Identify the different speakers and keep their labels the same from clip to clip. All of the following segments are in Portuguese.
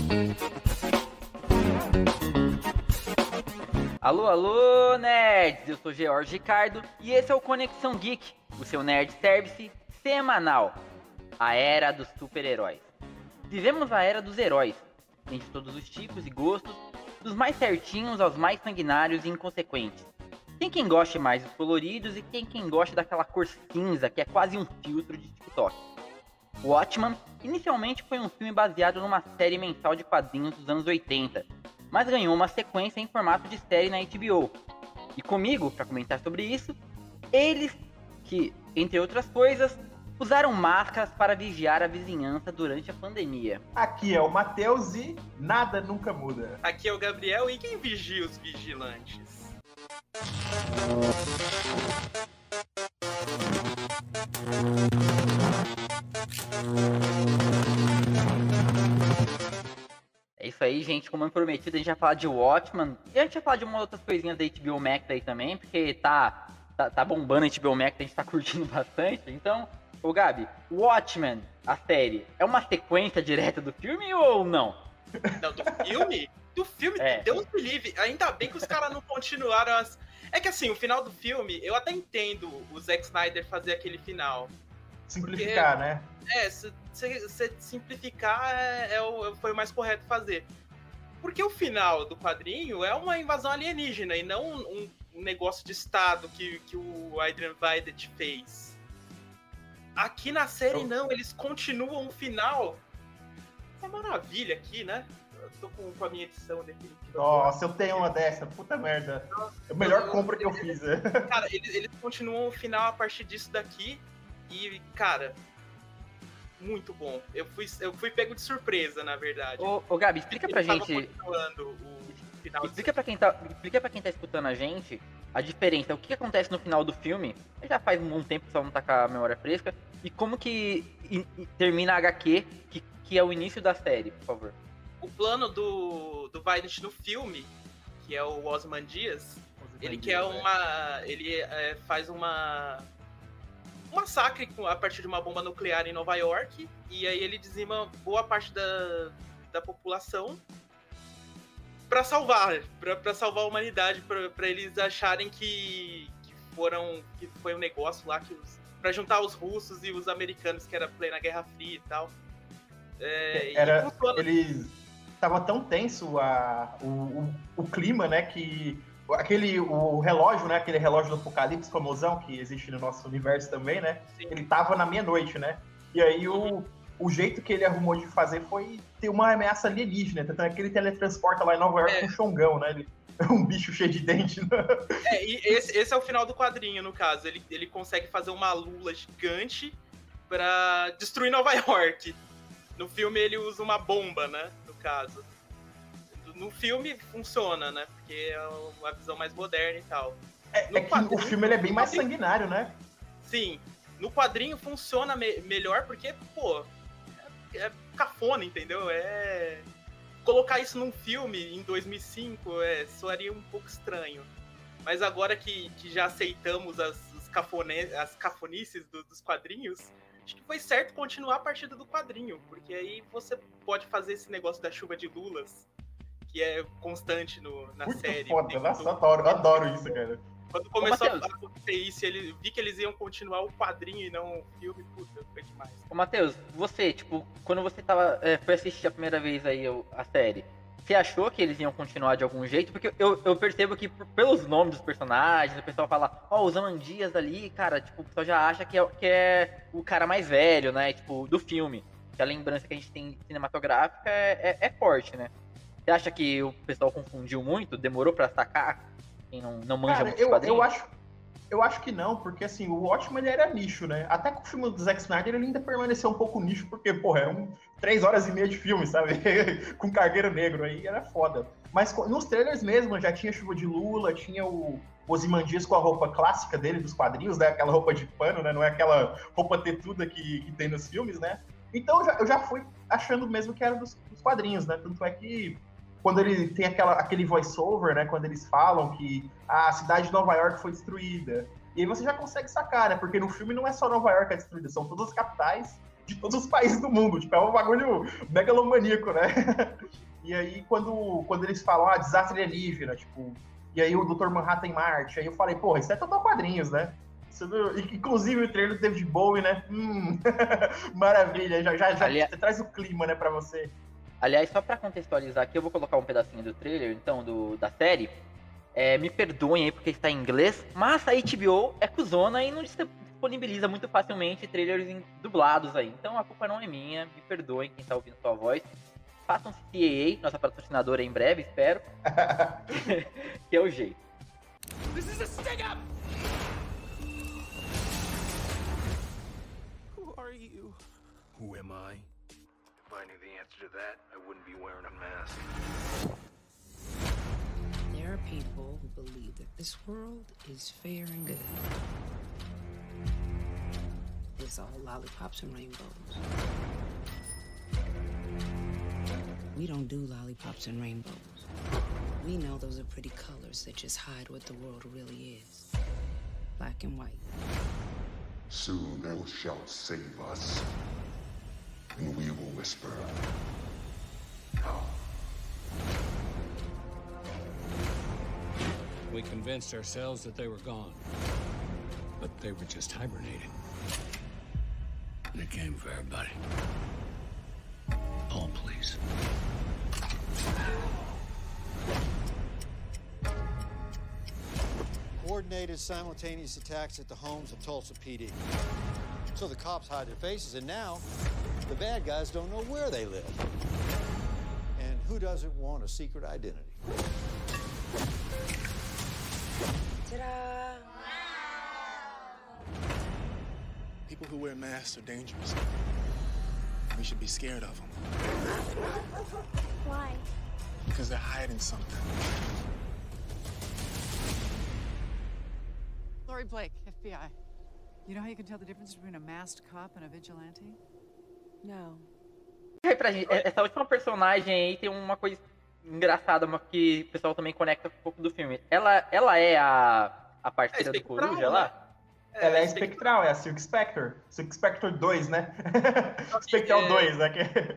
Speaker 1: Alô, alô, nerds! Eu sou George Ricardo e esse é o Conexão Geek, o seu nerd service semanal. A era dos super-heróis. Vivemos a era dos heróis, tem de todos os tipos e gostos, dos mais certinhos aos mais sanguinários e inconsequentes. Tem quem goste mais dos coloridos e tem quem goste daquela cor cinza que é quase um filtro de TikTok. Watchmen inicialmente foi um filme baseado numa série mensal de quadrinhos dos anos 80, mas ganhou uma sequência em formato de série na HBO. E comigo, para comentar sobre isso, eles que, entre outras coisas, usaram máscaras para vigiar a vizinhança durante a pandemia.
Speaker 2: Aqui é o Matheus e nada nunca muda.
Speaker 3: Aqui é o Gabriel e quem vigia os vigilantes?
Speaker 1: É isso aí, gente. Como eu prometido, a gente vai falar de Watchmen. E a gente vai falar de umas outras coisinhas da HBO Max aí também, porque tá bombando a HBO Max, a gente tá curtindo bastante. Então, ô Gabi, Watchmen, a série, é uma sequência direta do filme ou não?
Speaker 3: Não, do filme? Do filme, Deus me livre. Ainda bem que os caras não continuaram as... É que assim, o final do filme, eu até entendo o Zack Snyder fazer aquele final.
Speaker 2: Simplificar, porque, né?
Speaker 3: Se simplificar foi o mais correto fazer. Porque o final do quadrinho é uma invasão alienígena e não um negócio de estado que o Adrian Veidt fez. Aqui na série não, eles continuam o final. É maravilha aqui, né? Eu tô com a minha edição definitiva.
Speaker 2: Nossa, eu tenho uma dessa, puta merda. É a melhor compra que eu fiz.
Speaker 3: Cara, eles continuam o final a partir disso daqui. E, cara, muito bom. Eu fui pego de surpresa, na verdade.
Speaker 1: Ô Gabi, explica pra gente. Explica pra quem tá escutando a gente a diferença. O que acontece no final do filme? Já faz um bom tempo que só não tá com a memória fresca. E como que termina a HQ, que é o início da série, por favor.
Speaker 3: O plano do Veidt no filme, que é o Ozymandias, ele faz um massacre a partir de uma bomba nuclear em Nova York, e aí ele dizima boa parte da população para salvar a humanidade, para eles acharem que foi um negócio lá para juntar os russos e os americanos, que era plena Guerra Fria e tal.
Speaker 2: Eles tava tão tenso o clima, né, que o relógio, né, aquele relógio do Apocalipse famosão que existe no nosso universo também, né, Sim. Ele tava na meia-noite, né, e aí o jeito que ele arrumou de fazer foi ter uma ameaça alienígena, tanto é que ele teletransporta lá em Nova York com um Xongão, né, ele é um bicho cheio de dente, né?
Speaker 3: E esse é o final do quadrinho, no caso, ele consegue fazer uma lula gigante pra destruir Nova York. No filme ele usa uma bomba, né, no caso. No filme funciona, né, porque é uma visão mais moderna e tal.
Speaker 2: Que o filme ele é bem mais sanguinário, né?
Speaker 3: Sim, no quadrinho funciona melhor porque, pô, é cafona, entendeu? Colocar isso num filme em 2005 soaria um pouco estranho. Mas agora que já aceitamos as cafonices dos quadrinhos, acho que foi certo continuar a partir do quadrinho, porque aí você pode fazer esse negócio da chuva de lulas, que é constante na
Speaker 2: muito
Speaker 3: série.
Speaker 2: Foda, nossa, eu adoro isso, cara.
Speaker 3: Quando começou a acontecer isso, vi que eles iam continuar o quadrinho e não o filme, puta, foi demais.
Speaker 1: Ô Matheus, você, tipo, quando você foi assistir a primeira vez aí a série, você achou que eles iam continuar de algum jeito? Porque eu percebo que pelos nomes dos personagens, o pessoal fala, os Ozymandias ali, cara, tipo, o pessoal já acha que é o cara mais velho, né, tipo, do filme. Que a lembrança que a gente tem cinematográfica é forte, né? Você acha que o pessoal confundiu muito? Demorou pra sacar? Quem não manja muito quadrinhos?
Speaker 2: Eu acho que não, porque assim, o Watchmen ele era nicho, né? Até com o filme do Zack Snyder ele ainda permaneceu um pouco nicho, porque, porra, eram 3 horas e meia de filme, sabe? Com Cargueiro Negro, aí era foda. Mas nos trailers mesmo, já tinha Chuva de Lula, tinha o Ozymandias com a roupa clássica dele, dos quadrinhos, né? Aquela roupa de pano, né? Não é aquela roupa tetuda que tem nos filmes, né? Então eu já fui achando mesmo que era dos quadrinhos, né? Tanto é que quando ele tem aquele voice-over, né, quando eles falam que a cidade de Nova York foi destruída. E aí você já consegue sacar, né, porque no filme não é só Nova York que é destruída, são todas as capitais de todos os países do mundo. Tipo, é um bagulho megalomaníaco, né? E aí, quando eles falam, desastre alienígena, tipo, e aí o Dr. Manhattan em Marte, aí eu falei, porra, isso é total quadrinhos, né? Inclusive o trailer do David Bowie, né? Maravilha, já você traz o clima, né, pra você.
Speaker 1: Aliás, só pra contextualizar aqui, eu vou colocar um pedacinho do trailer, então, da série. Me perdoem aí porque está em inglês, mas a HBO é cuzona e não disponibiliza muito facilmente trailers dublados aí. Então a culpa não é minha, me perdoem quem tá ouvindo sua voz. Façam CAA, nossa patrocinadora em breve, espero. Que é o jeito. This is a stick up!
Speaker 4: Who are you? Who am I? If I knew the answer to that, I wouldn't be wearing a mask.
Speaker 5: There are people who believe that this world is fair and good. It's all lollipops and rainbows. We don't do lollipops and rainbows. We know those are pretty colors that just hide what the world really is. Black and white.
Speaker 6: Soon thou shalt save us, and we will whisper, no.
Speaker 7: We convinced ourselves that they were gone, but they were just hibernating. They came for everybody. All, please.
Speaker 8: Coordinated simultaneous attacks at the homes of Tulsa PD. So the cops hide their faces, and now the bad guys don't know where they live. And who doesn't want a secret identity?
Speaker 5: Ta-da!
Speaker 4: People who wear masks are dangerous. We should be scared of them.
Speaker 9: Why?
Speaker 4: Because they're hiding something.
Speaker 10: Lori Blake, FBI. You know how you can tell the difference between a masked cop and a vigilante?
Speaker 5: No.
Speaker 1: E aí, pra gente, essa última personagem aí tem uma coisa engraçada, mas que o pessoal também conecta um pouco do filme. Ela é a parceira do Coruja lá?
Speaker 2: Ela é espectral, é a Silk Spectre. Silk Spectre 2, né? Spectral 2, né?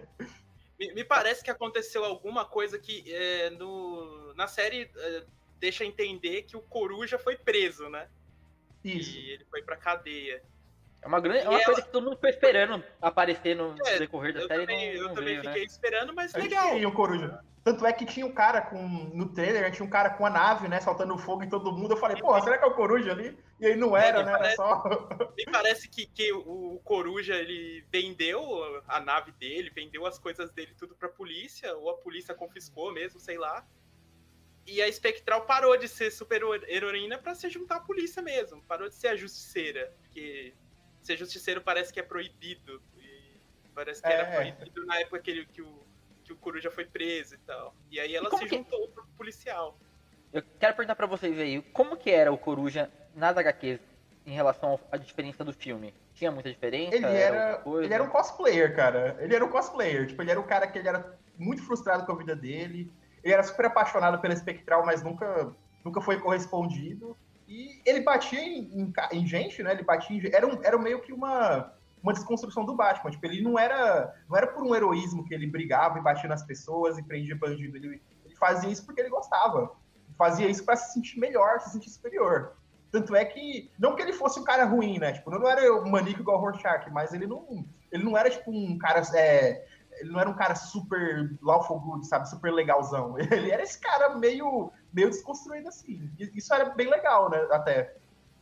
Speaker 3: Me parece que aconteceu alguma coisa que na série deixa entender que o Coruja foi preso, né?
Speaker 2: Isso.
Speaker 3: E ele foi pra cadeia.
Speaker 1: É uma coisa que todo mundo ficou esperando aparecer no decorrer da série.
Speaker 3: Eu também
Speaker 1: veio,
Speaker 3: fiquei esperando, mas
Speaker 2: legal. Queria o Coruja. Tanto é que tinha um cara no trailer, tinha um cara com a nave, né, soltando fogo em todo mundo. Eu falei, porra, será que é o Coruja ali? E aí não era, né? Era só.
Speaker 3: Me parece que o Coruja, ele vendeu a nave dele, vendeu as coisas dele tudo pra polícia, ou a polícia confiscou mesmo, sei lá. E a Espectral parou de ser super-heroína pra se juntar à polícia mesmo. Parou de ser a justiceira. Porque ser justiceiro parece que é proibido. E parece que era proibido na época que o Coruja foi preso e tal. E aí ela se juntou pro policial.
Speaker 1: Eu quero perguntar pra vocês aí, como que era o Coruja nas HQs em relação à diferença do filme? Tinha muita diferença?
Speaker 2: Ele era um cosplayer, cara. Ele era um cosplayer. Tipo, ele era um cara que ele era muito frustrado com a vida dele. Ele era super apaixonado pela Espectral, mas nunca foi correspondido. E ele batia em gente, né? Ele batia era meio que uma desconstrução do Batman. Tipo, ele não era por um heroísmo que ele brigava e batia nas pessoas e prendia bandido. Ele fazia isso porque ele gostava. Ele fazia isso pra se sentir melhor, se sentir superior. Tanto é que, não que ele fosse um cara ruim, né? Tipo, não era um maníaco igual o Rorschach, mas ele não era, tipo, um cara... ele não era um cara super lawful good, sabe? Super legalzão. Ele era esse cara meio desconstruído assim. Isso era bem legal, né? Até.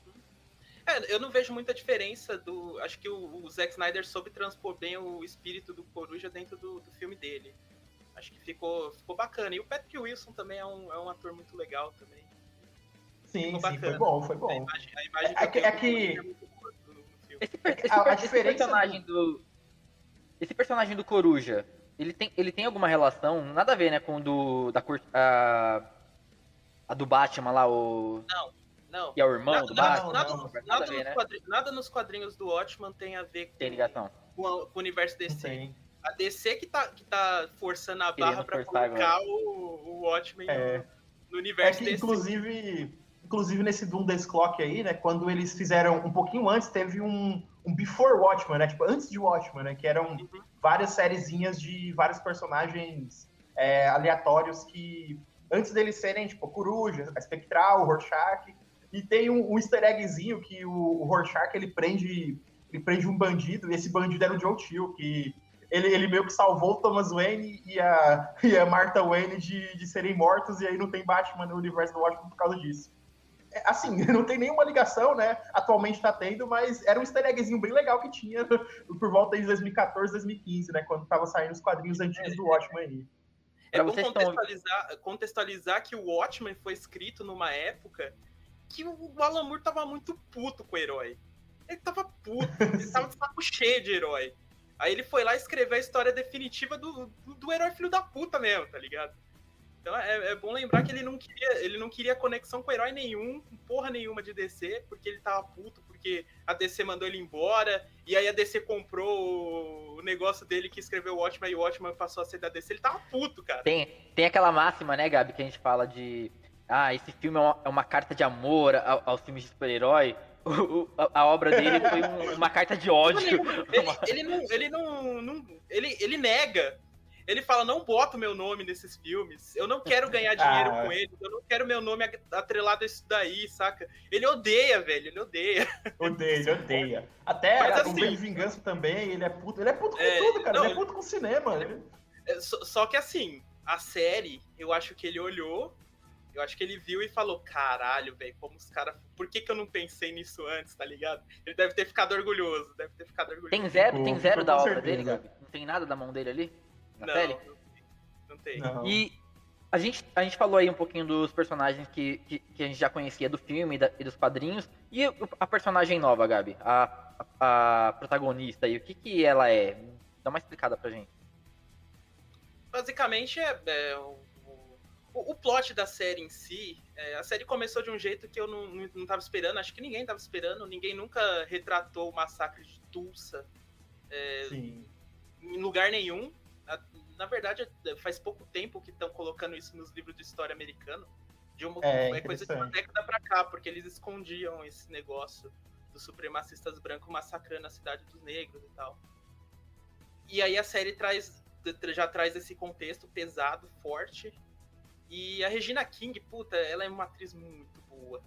Speaker 3: Eu não vejo muita diferença acho que o Zack Snyder soube transpor bem o espírito do Coruja dentro do filme dele. Acho que ficou bacana. E o Patrick Wilson também é um ator muito legal também.
Speaker 2: Sim, foi bom.
Speaker 3: A imagem
Speaker 2: é muito boa no filme.
Speaker 1: Esse personagem do Coruja, ele tem alguma relação, nada a ver, né, com o a do Batman lá,
Speaker 3: Não.
Speaker 1: Que é o irmão do Batman?
Speaker 3: Nada nos quadrinhos do Watchmen tem a ver com o universo DC. A DC que tá forçando a barra pra colocar o Watchmen no universo DC.
Speaker 2: Inclusive nesse Doom Days Clock aí, né, quando eles fizeram, um pouquinho antes, teve um um Before Watchmen, né? Tipo, antes de Watchmen, né? Que eram várias sériezinhas de vários personagens aleatórios que, antes deles serem, tipo, Coruja, a Espectral, o Rorschach, e tem um easter eggzinho que o Rorschach, ele prende um bandido, e esse bandido era o Joe Chill, que ele meio que salvou o Thomas Wayne e a Martha Wayne de serem mortos, e aí não tem Batman no universo do Watchmen por causa disso. Assim, não tem nenhuma ligação, né? Atualmente tá tendo, mas era um easter eggzinho bem legal que tinha por volta de 2014, 2015, né? Quando tava saindo os quadrinhos antigos do Watchmen aí.
Speaker 3: É bom contextualizar que o Watchmen foi escrito numa época que o Alan Moore tava muito puto com o herói. Ele tava puto, ele tava de saco cheio de herói. Aí ele foi lá escrever a história definitiva do herói filho da puta mesmo, tá ligado? Então é bom lembrar que ele não queria conexão com herói nenhum, com porra nenhuma de DC, porque ele tava puto, porque a DC mandou ele embora, e aí a DC comprou o negócio dele que escreveu o Watchmen, e o Watchmen passou a ser da DC. Ele tava puto, cara.
Speaker 1: Tem aquela máxima, né, Gabi, que a gente fala de... esse filme é uma carta de amor aos filmes de super-herói. A obra dele foi uma carta de ódio.
Speaker 3: Ele nega. Ele fala, não boto meu nome nesses filmes, eu não quero ganhar dinheiro com eles, eu não quero meu nome atrelado a isso daí, saca? Ele odeia, velho, ele odeia.
Speaker 2: Ele odeia. Até o V de Vingança também, ele é puto com tudo, cara, ele é puto com cinema.
Speaker 3: Só que assim, a série, eu acho que ele olhou, eu acho que ele viu e falou, caralho, velho, como os caras... Por que eu não pensei nisso antes, tá ligado? Ele deve ter ficado orgulhoso,
Speaker 1: Tem zero da obra dele, Gabi? Não tem nada da mão dele ali?
Speaker 3: Não tem.
Speaker 2: Não.
Speaker 1: E a gente falou aí um pouquinho dos personagens que a gente já conhecia do filme e dos quadrinhos. E a personagem nova, Gabi? A protagonista aí, o que ela é? Dá uma explicada pra gente.
Speaker 3: Basicamente, o plot da série em si, a série começou de um jeito que eu não tava esperando, acho que ninguém tava esperando, ninguém nunca retratou o massacre de Tulsa em lugar nenhum. Na verdade, faz pouco tempo que estão colocando isso nos livros de história americano. É coisa de uma década pra cá, porque eles escondiam esse negócio dos supremacistas brancos massacrando a cidade dos negros e tal. E aí a série já traz esse contexto pesado, forte. E a Regina King, puta, ela é uma atriz muito boa.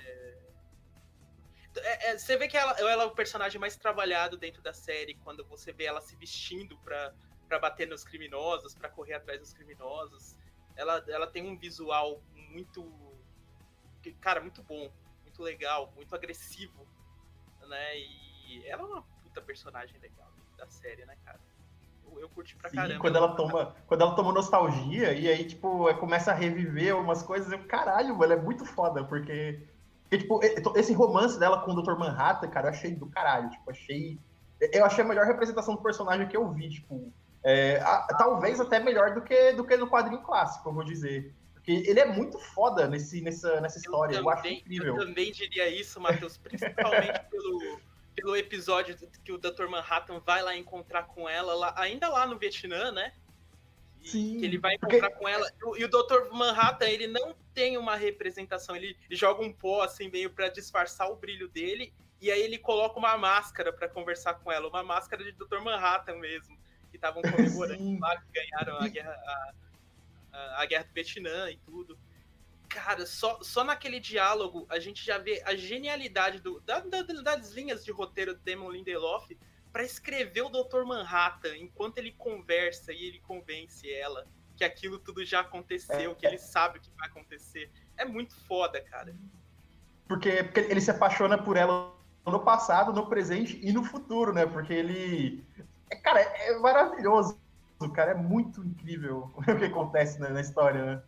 Speaker 3: Você vê que ela é o personagem mais trabalhado dentro da série, quando você vê ela se vestindo pra bater nos criminosos, pra correr atrás dos criminosos. Ela tem um visual muito... Cara, muito bom, muito legal, muito agressivo, né? E ela é uma puta personagem legal da série, né, cara? Eu curti pra caramba.
Speaker 2: Quando ela toma nostalgia, e aí, tipo, começa a reviver umas coisas, caralho, ela é muito foda, porque tipo, esse romance dela com o Dr. Manhattan, cara, eu achei do caralho, tipo, eu achei a melhor representação do personagem que eu vi, tipo, talvez até melhor do que no quadrinho clássico, eu vou dizer. Porque ele é muito foda nessa história, eu acho incrível.
Speaker 3: Eu também diria isso, Matheus, principalmente pelo episódio que o Dr. Manhattan vai lá encontrar com ela, ainda lá no Vietnã, né?
Speaker 2: Sim.
Speaker 3: Que ele vai encontrar com ela. E o Dr. Manhattan, ele não tem uma representação, ele joga um pó assim meio pra disfarçar o brilho dele, e aí ele coloca uma máscara pra conversar com ela, uma máscara de Dr. Manhattan mesmo, que estavam comemorando lá, que ganharam a guerra do Vietnã e tudo. Cara, só naquele diálogo a gente já vê a genialidade das linhas de roteiro do Damon Lindelof pra escrever o Dr. Manhattan enquanto ele conversa e ele convence ela que aquilo tudo já aconteceu, que ele sabe o que vai acontecer. É muito foda, cara.
Speaker 2: Porque ele se apaixona por ela no passado, no presente e no futuro, né? Porque ele... Cara, é maravilhoso. Cara, é muito incrível o que acontece na história, né?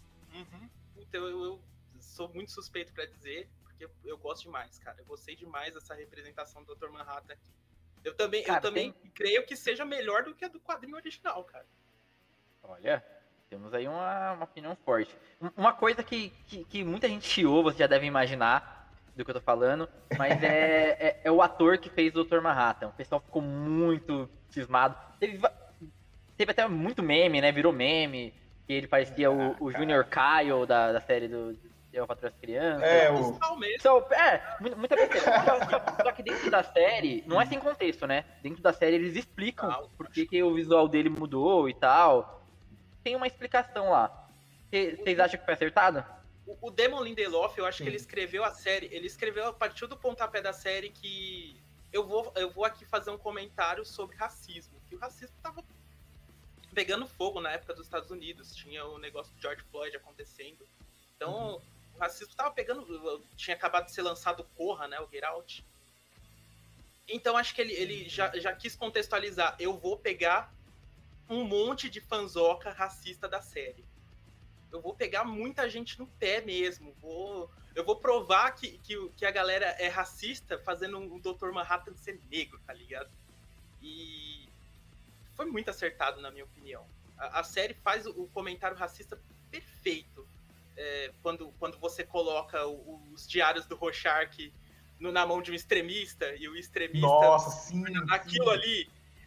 Speaker 3: Eu sou muito suspeito pra dizer, porque eu gosto demais, cara. Eu gostei demais dessa representação do Dr. Manhattan aqui. Eu também creio que seja melhor do que a do quadrinho original, cara.
Speaker 1: Olha, temos aí uma opinião forte. Uma coisa que muita gente chiou, você já deve imaginar do que eu tô falando, mas é o ator que fez o Dr. Manhattan. O pessoal ficou muito cismado. Teve até muito meme, né? Virou meme. Que ele parecia o Junior Kyle da série Eu Patroa as Crianças.
Speaker 3: Fiscal mesmo.
Speaker 1: Então, muita besteira. Só que dentro da série, não é sem contexto, né? Dentro da série eles explicam por que o visual dele mudou e tal. Tem uma explicação lá. Vocês acham que foi acertado?
Speaker 3: O Damon Lindelof, eu acho que ele escreveu a série, ele escreveu a partir do pontapé da série que eu vou aqui fazer um comentário sobre racismo, que o racismo tava pegando fogo na época dos Estados Unidos, tinha o negócio do George Floyd acontecendo, então o racismo tava pegando, tinha acabado de ser lançado o Corra, né, o Get Out, então acho que ele já quis contextualizar, eu vou pegar um monte de fanzoca racista da série. Eu vou pegar muita gente no pé mesmo. Eu vou provar que a galera é racista fazendo o Dr. Manhattan ser negro, tá ligado? E foi muito acertado, na minha opinião. A série faz o comentário racista perfeito. Quando você coloca os diários do Rorschach na mão de um extremista, e o extremista...
Speaker 2: Nossa, sim!
Speaker 3: Aquilo ali...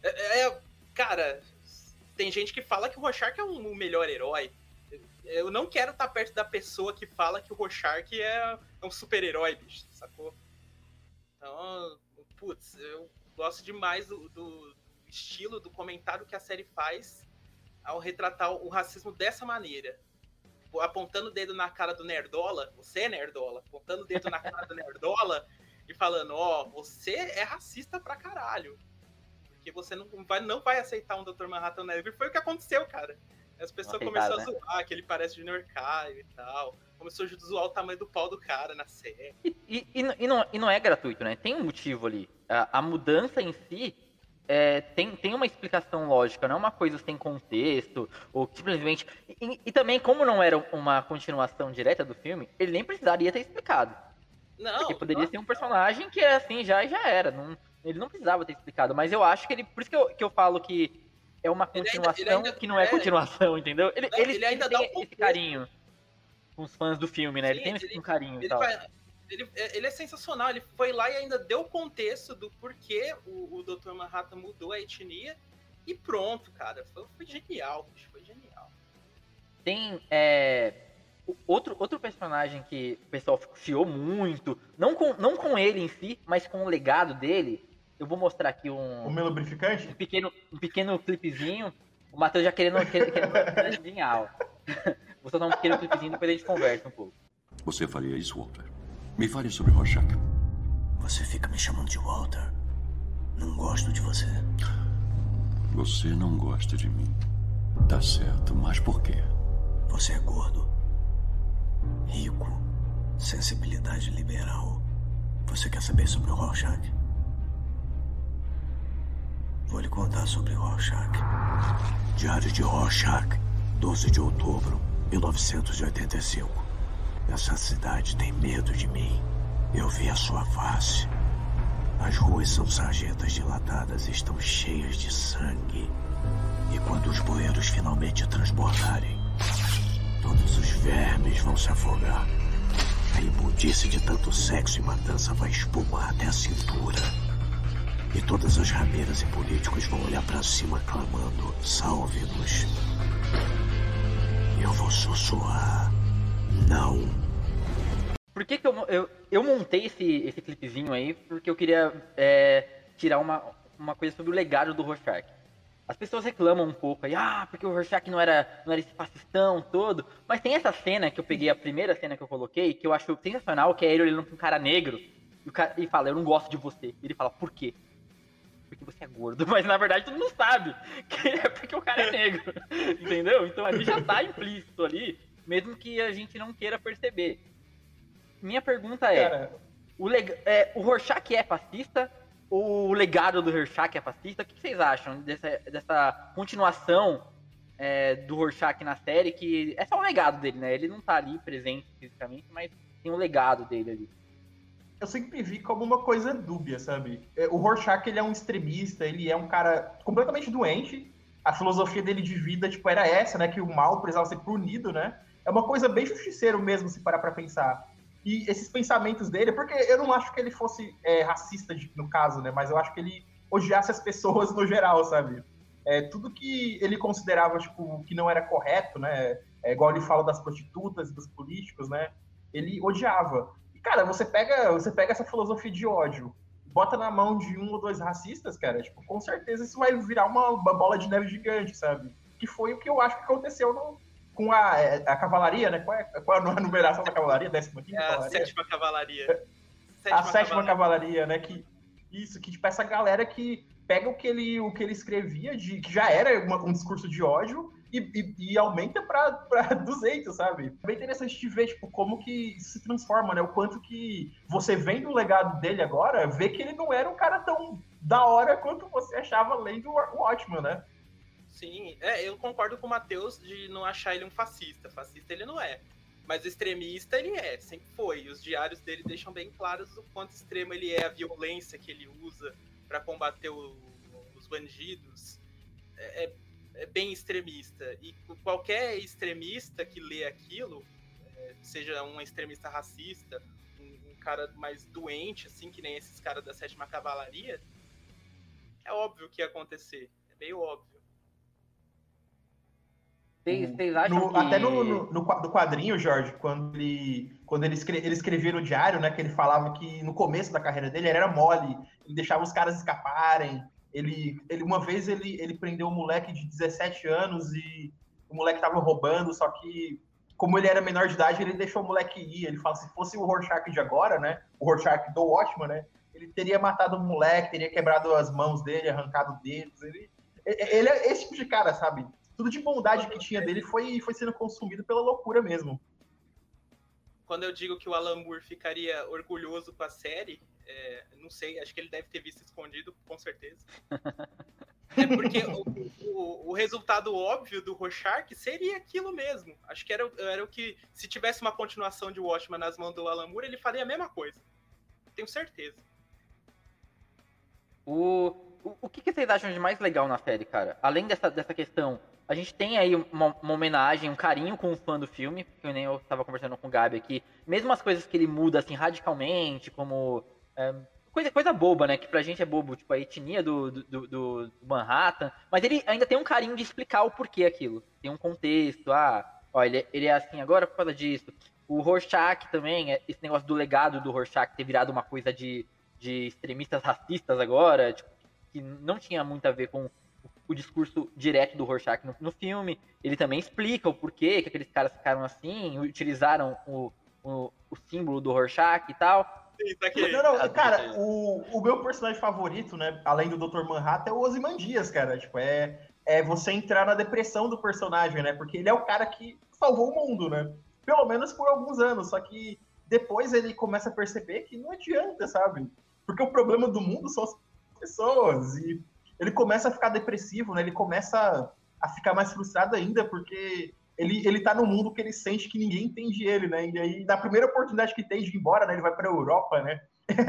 Speaker 3: Cara, tem gente que fala que o Rorschach é o melhor herói. Eu não quero estar perto da pessoa que fala que o Rorschach é um super-herói, bicho, sacou? Então, putz, eu gosto demais do estilo, do comentário que a série faz ao retratar o racismo dessa maneira. Apontando o dedo na cara do Nerdola, você é Nerdola, apontando o dedo na cara do Nerdola e falando, você é racista pra caralho. Porque você não vai aceitar um Dr. Manhattan negro. E foi o que aconteceu, cara. As pessoas começaram a zoar, que ele parece Junior Caio e tal. Começou a zoar o tamanho do pau do cara na série.
Speaker 1: E não é gratuito, né? Tem um motivo ali. A mudança em si tem uma explicação lógica, não é uma coisa sem contexto, ou simplesmente... E também, como não era uma continuação direta do filme, ele nem precisaria ter explicado.
Speaker 3: Não.
Speaker 1: Porque poderia ser um personagem que era assim, já era. Ele não precisava ter explicado, mas eu acho que ele... Por isso que eu falo que é uma continuação que não é continuação, entendeu? Ele ainda tem esse carinho com os fãs do filme, né? Sim, ele tem esse carinho e tal.
Speaker 3: Ele é sensacional, ele foi lá e ainda deu contexto do porquê o Dr. Manhattan mudou a etnia e pronto, cara. Foi genial, bicho, foi genial.
Speaker 1: Tem outro personagem que o pessoal fiou muito, não com ele em si, mas com o legado dele. Eu vou mostrar aqui
Speaker 2: o meu lubrificante?
Speaker 1: Um pequeno clipezinho. O Matheus já querendo genial. Vou soltar um pequeno clipezinho e depois a gente conversa um pouco.
Speaker 9: Você faria isso, Walter? Me fale sobre Rorschach.
Speaker 4: Você fica me chamando de Walter. Não gosto de você.
Speaker 9: Você não gosta de mim. Tá certo, mas por quê?
Speaker 4: Você é gordo, rico, sensibilidade liberal. Você quer saber sobre o Rorschach? Vou lhe contar sobre Rorschach. Diário de Rorschach, 12 de outubro, 1985. Essa cidade tem medo de mim. Eu vi a sua face. As ruas são sarjetas dilatadas e estão cheias de sangue. E quando os bueiros finalmente transbordarem, todos os vermes vão se afogar. A imundície de tanto sexo e matança vai espumar até a cintura. E todas as rameiras e políticos vão olhar pra cima clamando, salve-nos. Eu vou sussurrar, não.
Speaker 1: Por que eu montei esse clipezinho aí? Porque eu queria tirar uma coisa sobre o legado do Rorschach. As pessoas reclamam um pouco aí, porque o Rorschach não era esse fascistão todo. Mas tem essa cena que eu peguei, a primeira cena que eu coloquei, que eu acho sensacional, que é ele olhando pra um cara negro, e fala, eu não gosto de você. E ele fala, por quê? Porque você é gordo, mas na verdade todo mundo sabe que é porque o cara é negro, entendeu? Então ali já tá implícito ali, mesmo que a gente não queira perceber. Minha pergunta o Rorschach é fascista? Ou o legado do Rorschach é fascista? O que vocês acham dessa continuação do Rorschach na série, que é só o legado dele, né? Ele não tá ali presente fisicamente, mas tem o legado dele ali.
Speaker 2: Eu sempre vi como uma coisa dúbia, sabe? O Rorschach, ele é um extremista, ele é um cara completamente doente. A filosofia dele de vida, tipo, era essa, né? Que o mal precisava ser punido, né? É uma coisa bem justiceiro mesmo, se parar pra pensar. E esses pensamentos dele, porque eu não acho que ele fosse racista, no caso, né? Mas eu acho que ele odiasse as pessoas no geral, sabe? Tudo que ele considerava, tipo, que não era correto, né? Igual ele fala das prostitutas e dos políticos, né? ele odiava. E, cara, você pega essa filosofia de ódio, bota na mão de 1 ou 2 racistas, cara, tipo, com certeza isso vai virar uma bola de neve gigante, sabe? Que foi o que eu acho que aconteceu com a cavalaria, né? Qual é a numeração da cavalaria? 15ª cavalaria?
Speaker 3: A 7ª cavalaria.
Speaker 2: A 7ª cavalaria, né? Que tipo, essa galera que pega o que ele escrevia, que já era um discurso de ódio, e aumenta pra 200, sabe? É bem interessante de ver, tipo, como que isso se transforma, né? O quanto que você vendo o legado dele agora, vê que ele não era um cara tão da hora quanto você achava lendo o Watchmen, né?
Speaker 3: Sim, eu concordo com o Matheus de não achar ele um fascista. Fascista ele não é. Mas extremista ele é, sempre foi. E os diários dele deixam bem claros o quanto extremo ele é, a violência que ele usa para combater os bandidos. É bem extremista. E qualquer extremista que lê aquilo, seja um extremista racista, um cara mais doente, assim, que nem esses caras da 7ª Cavalaria, é óbvio que ia acontecer. É meio óbvio.
Speaker 1: Vocês acham que...
Speaker 2: Até no quadrinho, Jorge, quando ele escrevia no diário, né, que ele falava que no começo da carreira dele ele era mole, ele deixava os caras escaparem. Uma vez ele prendeu um moleque de 17 anos e o moleque tava roubando, só que como ele era menor de idade, ele deixou o moleque ir. Ele fala, se fosse o Rorschach de agora, né, o Rorschach do Watchmen, né, ele teria matado o moleque, teria quebrado as mãos dele, arrancado dedos. Ele é esse tipo de cara, sabe? Tudo de bondade que tinha dele foi sendo consumido pela loucura mesmo.
Speaker 3: Quando eu digo que o Alan Moore ficaria orgulhoso com a série, não sei, acho que ele deve ter visto escondido, com certeza. É porque o resultado óbvio do Rorschach seria aquilo mesmo. Acho que era o que, se tivesse uma continuação de Watchmen nas mãos do Alan Moore, ele faria a mesma coisa. Tenho certeza.
Speaker 1: O que vocês acham de mais legal na série, cara? Além dessa questão, a gente tem aí uma homenagem, um carinho com o fã do filme, que nem eu tava conversando com o Gabi aqui. Mesmo as coisas que ele muda, assim, radicalmente, como... coisa boba, né? Que pra gente é bobo, tipo a etnia do Manhattan. Mas ele ainda tem um carinho de explicar o porquê aquilo. Tem um contexto, ó, ele é assim agora por causa disso. O Rorschach também, esse negócio do legado do Rorschach ter virado uma coisa de extremistas racistas agora, tipo, que não tinha muito a ver com o discurso direto do Rorschach no filme. Ele também explica o porquê que aqueles caras ficaram assim, utilizaram o símbolo do Rorschach e tal.
Speaker 2: Não, cara, o meu personagem favorito, né, além do Dr. Manhattan, é o Ozymandias, cara. Tipo, é você entrar na depressão do personagem, né? Porque ele é o cara que salvou o mundo, né? Pelo menos por alguns anos. Só que depois ele começa a perceber que não adianta, sabe? Porque o problema do mundo são as pessoas. E ele começa a ficar depressivo, né? Ele começa a ficar mais frustrado ainda, porque ele tá no mundo que ele sente que ninguém entende ele, né? E aí, na primeira oportunidade que tem de ir embora, né? Ele vai pra Europa, né?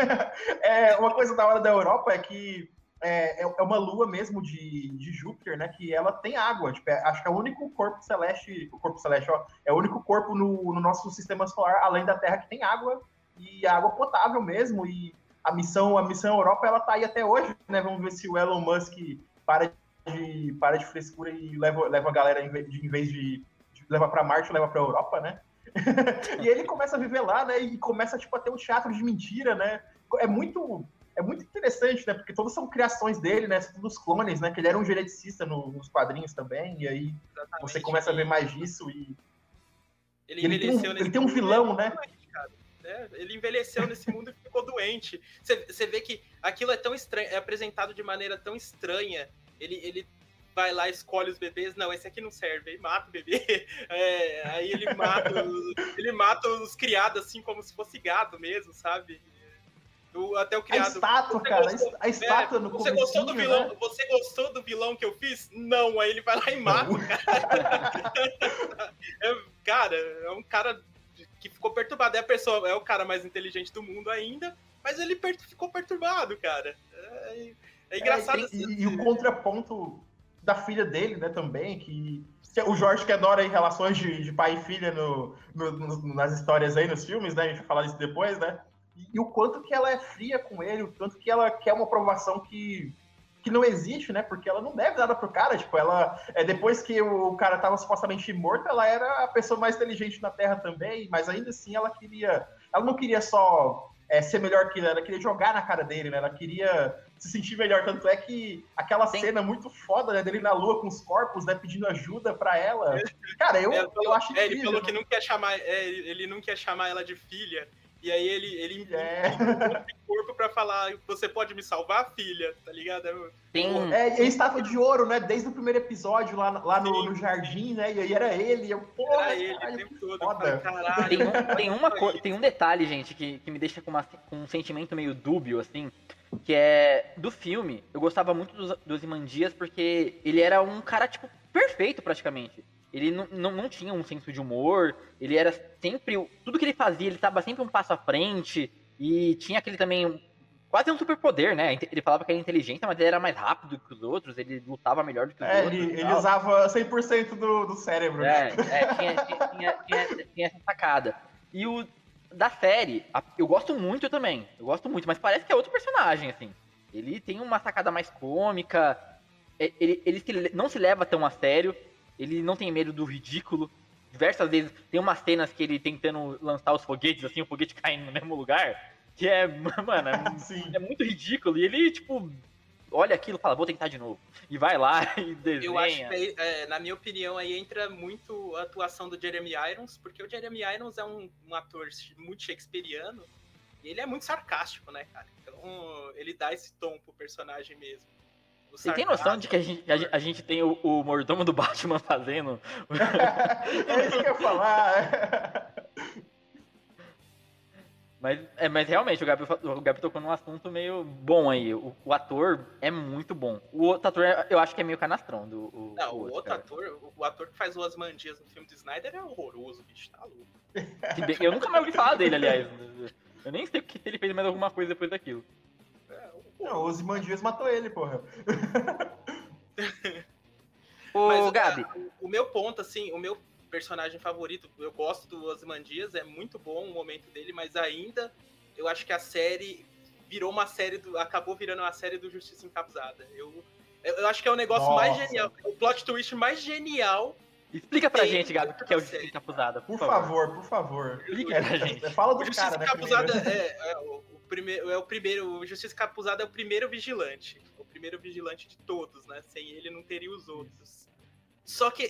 Speaker 2: Uma coisa da hora da Europa é que é uma lua mesmo de Júpiter, né? Que ela tem água. Tipo, acho que é o único corpo celeste, é o único corpo no nosso sistema solar, além da Terra, que tem água, e água potável mesmo. E a missão Europa, ela tá aí até hoje, né? Vamos ver se o Elon Musk para de frescura e leva a galera, em vez de levar para Marte, leva para Europa, né? E ele começa a viver lá, né? E começa, tipo, a ter um teatro de mentira, né? É muito interessante, né? Porque todas são criações dele, né? São todos clones, né? Que ele era um geneticista nos quadrinhos também. E aí você começa a ver mais disso. E ele tem um vilão, né?
Speaker 3: Ele envelheceu nesse mundo e ficou doente. Você vê que aquilo é tão estranho, é apresentado de maneira tão estranha. Ele vai lá, escolhe os bebês. Não, esse aqui não serve. Aí mata o bebê. Aí ele mata os criados, assim, como se fosse gado mesmo, sabe? Até o criado.
Speaker 2: A estátua, cara. A estátua no começo.
Speaker 3: Você gostou do vilão que eu fiz? Não. Aí ele vai lá e mata o cara. É um cara que ficou perturbado. É o cara mais inteligente do mundo ainda, mas ele ficou perturbado, cara. É engraçado.
Speaker 2: E o contraponto da filha dele, né, também, que o Jorge que adora em relações de pai e filha nas histórias aí, nos filmes, né, a gente vai falar disso depois, né, e o quanto que ela é fria com ele, o quanto que ela quer uma aprovação que que não existe, né? Porque ela não deve nada pro cara, tipo, ela, depois que o cara tava supostamente morto, ela era a pessoa mais inteligente na Terra também, mas ainda assim ela não queria só ser melhor que ele, ela queria jogar na cara dele, né? Ela queria se sentir melhor, tanto é que aquela cena muito foda, né, dele na lua com os corpos, né, pedindo ajuda pra ela. Cara, eu acho incrível.
Speaker 3: Ele falou que não quer chamar, ele não quer chamar ela de filha. E aí ele o corpo pra falar, você pode me salvar, filha, tá ligado?
Speaker 2: Ele estava de ouro, né? Desde o primeiro episódio lá no jardim, né? E aí era ele.
Speaker 3: Era ele o tempo todo.
Speaker 2: Foda.
Speaker 1: Tem um detalhe, gente, que me deixa com um sentimento meio dúbio, assim, que é do filme. Eu gostava muito do Ozymandias porque ele era um cara, tipo, perfeito praticamente. Ele não tinha um senso de humor, ele era sempre... Tudo que ele fazia, ele estava sempre um passo à frente, e tinha aquele também... Quase um superpoder, né? Ele falava que era inteligente, mas ele era mais rápido que os outros, ele lutava melhor do que os outros.
Speaker 2: Ele usava 100% do cérebro.
Speaker 1: Tinha essa sacada. E da série, eu gosto muito também, mas parece que é outro personagem, assim. Ele tem uma sacada mais cômica, ele não se leva tão a sério, ele não tem medo do ridículo. Diversas vezes tem umas cenas que ele tentando lançar os foguetes, assim, o foguete caindo no mesmo lugar, que mano, é muito ridículo. E ele, tipo, olha aquilo e fala, vou tentar de novo. E vai lá e desenha.
Speaker 3: Eu acho que, na minha opinião, aí entra muito a atuação do Jeremy Irons, porque o Jeremy Irons é um ator muito shakespeariano, e ele é muito sarcástico, né, cara? Então, ele dá esse tom pro personagem mesmo.
Speaker 1: Você tem noção de que a gente tem o mordomo do Batman fazendo?
Speaker 2: É isso que eu ia falar.
Speaker 1: Mas realmente, o Gabi tocou num assunto meio bom aí. O ator é muito bom. O outro ator, eu acho que é meio canastrão.
Speaker 3: O outro ator, o ator que faz o Ozymandias no filme do Snyder é horroroso, bicho, tá louco.
Speaker 1: Eu nunca mais ouvi falar dele, aliás. Eu nem sei se ele fez mais alguma coisa depois daquilo.
Speaker 2: Não, o Ozymandias matou ele, porra.
Speaker 1: Ô, Gabi.
Speaker 3: O meu ponto, assim, o meu personagem favorito, eu gosto do Ozymandias, é muito bom o momento dele, mas ainda eu acho que a série acabou virando uma série do Justiça Encapuzada. Eu acho que é o negócio mais genial, o plot twist mais genial.
Speaker 1: Explica pra gente, Gabi, o que é o Justiça Encapuzada,
Speaker 2: por favor.
Speaker 1: Explica pra gente.
Speaker 2: Fala do
Speaker 3: o Justiça
Speaker 2: cara,
Speaker 3: Encapuzada o Justiça Encapuzada é o primeiro vigilante. O primeiro vigilante de todos, né? Sem ele não teria os outros. Só que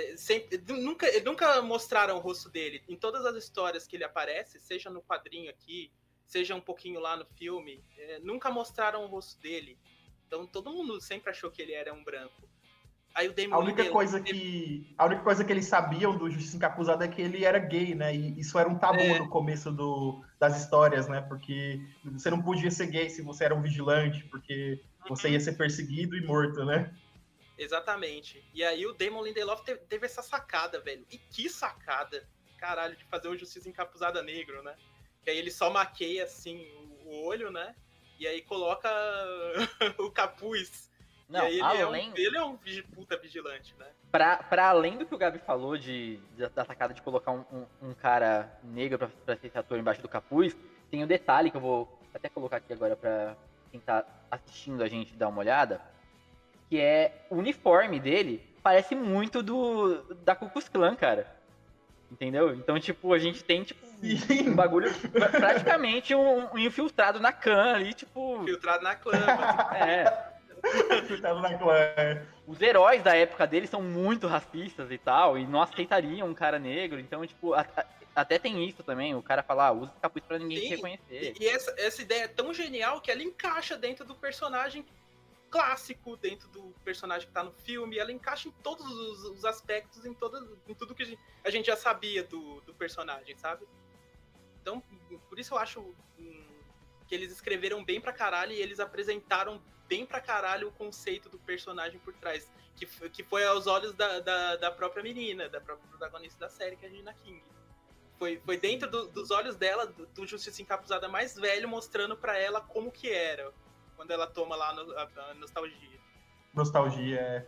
Speaker 3: nunca mostraram o rosto dele. Em todas as histórias que ele aparece, seja no quadrinho aqui, seja um pouquinho lá no filme, nunca mostraram o rosto dele. Então todo mundo sempre achou que ele era um branco. Aí o Damon
Speaker 2: a única coisa que eles sabiam do Justiça Encapuzada é que ele era gay, né? E isso era um tabu no começo das histórias, né? Porque você não podia ser gay se você era um vigilante, porque você ia ser perseguido e morto, né?
Speaker 3: Exatamente. E aí o Damon Lindelof teve essa sacada, velho. E que sacada, caralho, de fazer o Justiça Encapuzada negro, né? Que aí ele só maqueia, assim, o olho, né? E aí coloca o capuz.
Speaker 1: Não,
Speaker 3: e aí ele é um puta vigilante, né?
Speaker 1: Pra além do que o Gabi falou da sacada de colocar um cara negro pra ser esse ator embaixo do capuz, tem um detalhe que eu vou até colocar aqui agora pra quem tá assistindo a gente dar uma olhada, que é o uniforme dele parece muito da Ku Klux Klan, cara. Entendeu? Então, tipo, a gente tem, tipo, um bagulho, praticamente um infiltrado na clã ali, tipo...
Speaker 3: Infiltrado na clã, mano.
Speaker 2: Infiltrado na clã.
Speaker 1: Os heróis da época dele são muito racistas e tal, e não aceitariam um cara negro, então, tipo... Até tem isso também, o cara fala, usa esse capuz pra ninguém te reconhecer.
Speaker 3: E essa ideia é tão genial que ela encaixa dentro do personagem clássico, dentro do personagem que tá no filme, ela encaixa em todos os aspectos, em tudo que a gente já sabia do personagem, sabe? Então, por isso eu acho que eles escreveram bem pra caralho e eles apresentaram bem pra caralho o conceito do personagem por trás, que foi aos olhos da própria menina, da própria protagonista da série, que é a Regina King. Foi dentro dos olhos dela, do Justiça Encapuzada mais velho, mostrando pra ela como que era, quando ela toma lá a nostalgia.
Speaker 2: Nostalgia,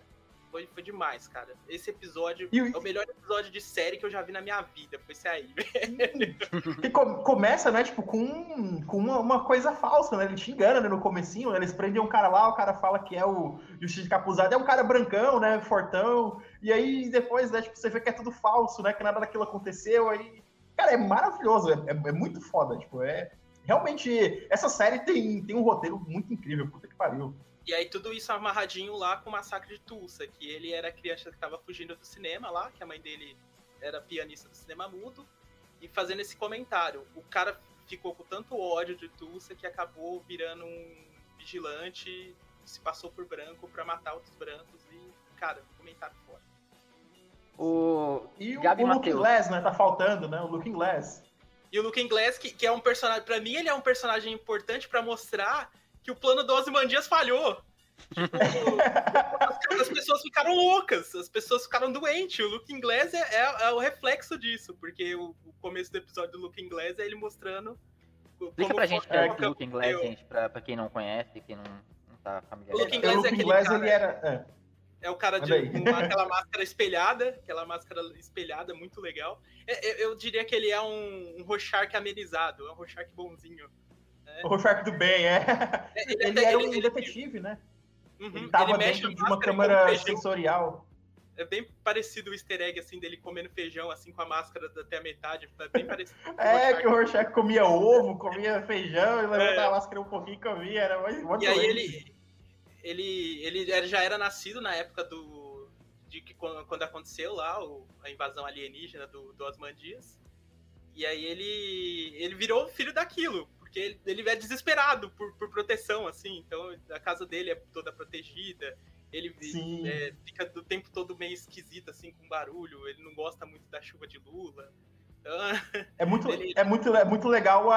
Speaker 3: Foi demais, cara. Esse episódio
Speaker 2: E-
Speaker 3: é o melhor episódio de série que eu já vi na minha vida. Foi esse aí,
Speaker 2: Que começa, né, tipo, com uma coisa falsa, né? Ele te engana, né, no comecinho, né? Eles prendem um cara lá, o cara fala que é o Justiça de Capuzado, é um cara brancão, né, fortão, e aí depois, né, tipo, você vê que é tudo falso, né, que nada daquilo aconteceu, aí... Cara, é maravilhoso, é muito foda, tipo, Realmente, essa série tem um roteiro muito incrível, puta que pariu.
Speaker 3: E aí tudo isso amarradinho lá com o Massacre de Tulsa, que ele era a criança que tava fugindo do cinema lá, que a mãe dele era pianista do cinema mudo, e fazendo esse comentário. O cara ficou com tanto ódio de Tulsa que acabou virando um vigilante, se passou por branco pra matar outros brancos e, cara, comentário foda.
Speaker 2: E
Speaker 1: Gabi
Speaker 2: o Looking
Speaker 1: Mateus.
Speaker 2: Glass, né, tá faltando, né, o Looking Glass.
Speaker 3: E o Looking Glass, que é um personagem, pra mim ele é um personagem importante pra mostrar que o plano do Ozymandias falhou. Tipo, as pessoas ficaram loucas, as pessoas ficaram doentes. O Looking Glass é o reflexo disso, porque o começo do episódio do Looking Glass é ele mostrando.
Speaker 1: Explica pra gente o que é o
Speaker 3: Campo
Speaker 1: Looking Glass,
Speaker 3: deu.
Speaker 1: gente, pra quem não conhece, quem não tá
Speaker 3: O
Speaker 1: familiarizado.
Speaker 3: Looking
Speaker 2: O
Speaker 3: Glass é
Speaker 2: Looking
Speaker 3: aquele
Speaker 2: Glass,
Speaker 3: cara,
Speaker 2: ele era...
Speaker 3: é o cara
Speaker 2: Manda aí.
Speaker 3: com aquela máscara espelhada, muito legal. Eu diria que ele é um Rorschach amenizado, é um Rorschach bonzinho.
Speaker 2: O Rorschach do bem, Ele era um detetive, né?
Speaker 3: Uhum,
Speaker 2: Ele tava
Speaker 3: mexe
Speaker 2: dentro
Speaker 3: a
Speaker 2: de uma
Speaker 3: máscara e
Speaker 2: câmara
Speaker 3: come feijão.
Speaker 2: sensorial.
Speaker 3: É bem parecido o easter egg, assim, dele comendo feijão, assim, com a máscara até a metade. É bem parecido. com o
Speaker 2: Que o
Speaker 3: Rorschach.
Speaker 2: Rorschach comia ovo, comia feijão, e levantava a máscara um pouquinho e comia, era muito
Speaker 3: E aí
Speaker 2: doente.
Speaker 3: ele já era nascido na época quando aconteceu lá a invasão alienígena do Ozymandias. E aí ele virou filho daquilo, porque ele é desesperado por proteção, assim. Então a casa dele é toda protegida. Ele fica do tempo todo meio esquisito, assim, com barulho. Ele não gosta muito da chuva de Lula. Então,
Speaker 2: É muito legal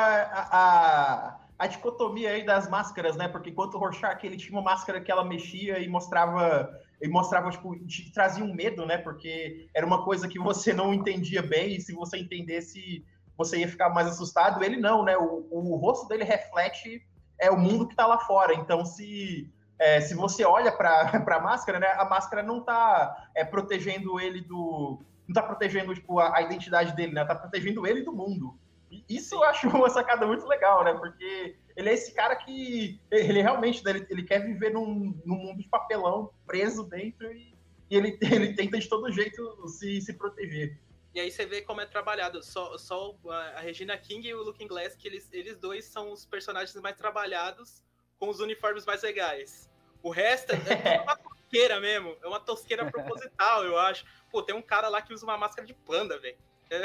Speaker 2: a dicotomia aí das máscaras, né? Porque enquanto o Rorschach, ele tinha uma máscara que ela mexia e mostrava tipo, te trazia um medo, né? Porque era uma coisa que você não entendia bem, e se você entendesse, você ia ficar mais assustado. Ele não, né? O rosto dele reflete o mundo que tá lá fora. Então, se você olha para a máscara, né? A máscara não tá protegendo ele não tá protegendo, tipo, a identidade dele, né? Tá protegendo ele do mundo. E isso eu acho uma sacada muito legal, né? Porque ele é esse cara que... Ele realmente, né? Ele quer viver num mundo de papelão, preso dentro, e ele tenta de todo jeito se proteger.
Speaker 3: E aí você vê como é trabalhado. Só a Regina King e o Looking Glass, que eles dois são os personagens mais trabalhados, com os uniformes mais legais. O resto é tudo uma tosqueira mesmo. É uma tosqueira proposital, eu acho. Pô, tem um cara lá que usa uma máscara de panda, velho.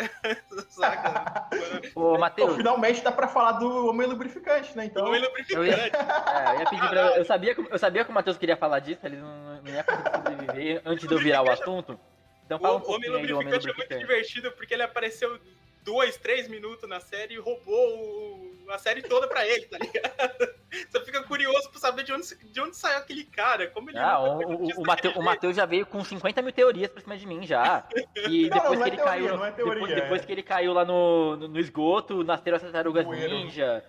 Speaker 3: Saca?
Speaker 1: Ô, Matheus.
Speaker 2: Finalmente dá pra falar do Homem Lubrificante, né? Então...
Speaker 3: Homem Lubrificante.
Speaker 1: Eu ia pedir pra... Eu sabia que o Matheus queria falar disso, ele não ia conseguir sobreviver antes de eu virar o assunto. Então fala um
Speaker 3: O Homem
Speaker 1: pouquinho aí do Homem
Speaker 3: Lubrificante é muito
Speaker 1: Lubrificante.
Speaker 3: divertido, porque ele apareceu 2-3 minutos na série e roubou a série toda pra ele, tá ligado? Você fica curioso pra saber de onde saiu aquele cara, como ele...
Speaker 1: O Matheus já veio com 50 mil teorias pra cima de mim já. E depois que ele caiu. Depois que ele caiu lá no esgoto, nasceram as tartarugas ninja.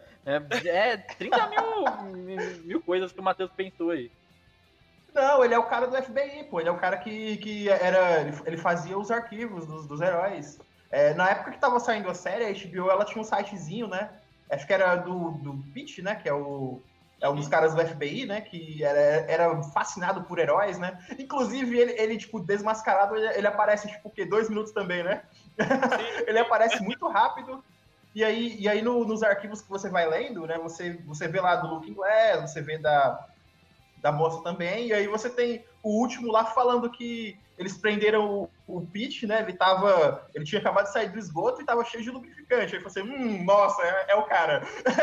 Speaker 1: 30 mil coisas que o Matheus pensou aí.
Speaker 2: Não, ele é o cara do FBI, pô. Ele é o cara que ele fazia os arquivos dos heróis. Na época que tava saindo a série, a HBO ela tinha um sitezinho, né? Acho que era do Pete, né? Que é um dos caras do FBI, né? Que era fascinado por heróis, né? Inclusive, ele tipo, desmascarado, ele aparece, tipo, o quê? 2 minutos também, né? Ele aparece muito rápido. E aí nos arquivos que você vai lendo, né? Você vê lá do Looking Glass, você vê da moça também, e aí você tem o último lá falando que eles prenderam o Pete, né? Ele tinha acabado de sair do esgoto e tava cheio de lubrificante. Aí você, nossa, é o cara.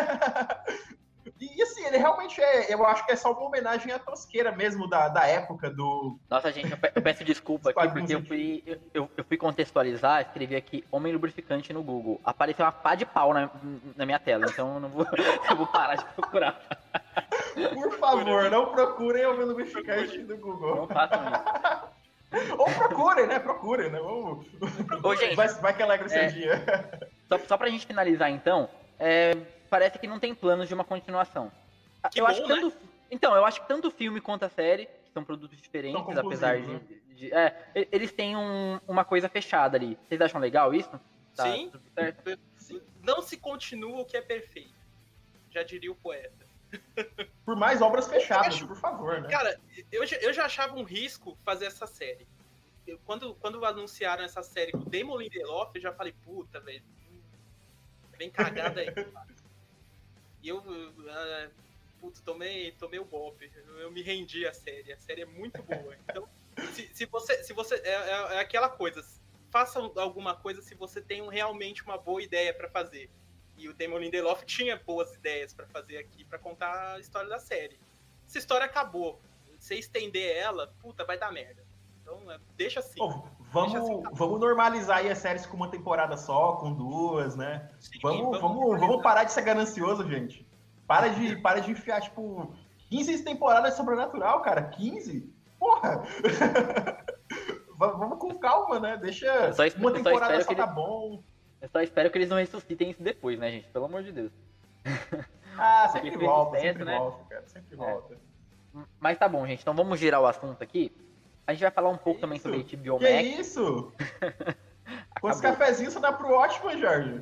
Speaker 2: E assim, ele realmente eu acho que é só uma homenagem à tosqueira mesmo da época do...
Speaker 1: Nossa, gente, eu peço desculpa aqui, porque eu fui contextualizar, escrevi aqui Homem Lubrificante no Google. Apareceu uma pá de pau na minha tela, então eu vou parar de procurar.
Speaker 2: Por favor, não procurem Homem Lubrificante no Google.
Speaker 1: Não façam isso.
Speaker 2: Ou procurem, né? Procurem, né? Vamos...
Speaker 1: Ô, gente,
Speaker 2: vai que alegra o seu dia.
Speaker 1: Só pra gente finalizar, então, parece que não tem planos de uma continuação. Eu acho que tanto o filme quanto a série são produtos diferentes,
Speaker 2: São conclusivos,
Speaker 1: apesar
Speaker 2: né?
Speaker 1: eles têm uma coisa fechada ali. Vocês acham legal isso? Tá
Speaker 3: Sim.
Speaker 1: tudo certo?
Speaker 3: Não se continua o que é perfeito. Já diria o poeta.
Speaker 2: Por mais obras fechadas, por favor, né?
Speaker 3: Cara, eu já achava um risco fazer essa série. Quando anunciaram essa série com o Damon Lindelof, eu já falei, puta, velho, vem cagada aí. E eu tomei o golpe. Eu me rendi à série. A série é muito boa. Então, se você é aquela coisa, faça alguma coisa se você tem realmente uma boa ideia pra fazer. E o Damon Lindelof tinha boas ideias pra fazer aqui, pra contar a história da série. Essa história acabou. Se estender ela, puta, vai dar merda. Então, deixa assim.
Speaker 2: Vamos normalizar aí as séries com uma temporada só, com duas, né?
Speaker 3: Sim,
Speaker 2: Vamos parar de ser ganancioso, gente. Para de enfiar, tipo, 15 temporadas de Sobrenatural, cara. 15? Porra! Vamos com calma, né? Deixa uma temporada só tá bom.
Speaker 1: Eu só espero que eles não ressuscitem isso depois, né, gente? Pelo amor de Deus.
Speaker 2: Sempre volta, cara. Sempre volta.
Speaker 1: Mas tá bom, gente. Então vamos girar o assunto aqui. A gente vai falar um pouco também sobre HBO Max.
Speaker 2: Que isso? Quantos cafezinhos você dá pro Watchmen, Jorge?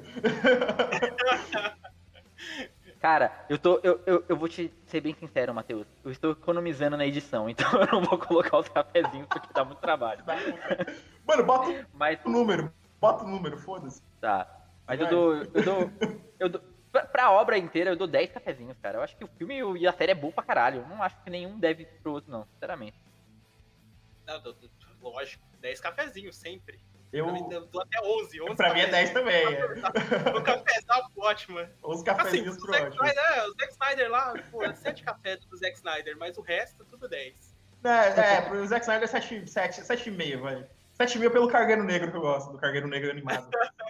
Speaker 1: Cara, eu vou te ser bem sincero, Matheus. Eu estou economizando na edição, então eu não vou colocar os cafezinhos porque dá muito trabalho.
Speaker 2: Mano, bota o número. Bota o número, foda-se.
Speaker 1: Tá. Mas eu dou pra obra inteira, eu dou 10 cafezinhos, cara. Eu acho que o filme e a série é bom pra caralho. Eu não acho que nenhum deve pro outro, não, sinceramente.
Speaker 3: Não, lógico, 10 cafezinhos sempre.
Speaker 2: Eu
Speaker 3: dou até 11
Speaker 2: pra mim é 10 também.
Speaker 3: O cafezal pro Watchmen.
Speaker 2: 11 cafezinhos pro Watchmen.
Speaker 3: O Zack Snyder lá, pô, 7 cafés do Zack Snyder, mas o resto, tudo 10.
Speaker 2: Pro Zack Snyder 7,5, vai. 7,5 pelo Cargueiro Negro que eu gosto, do Cargueiro Negro animado.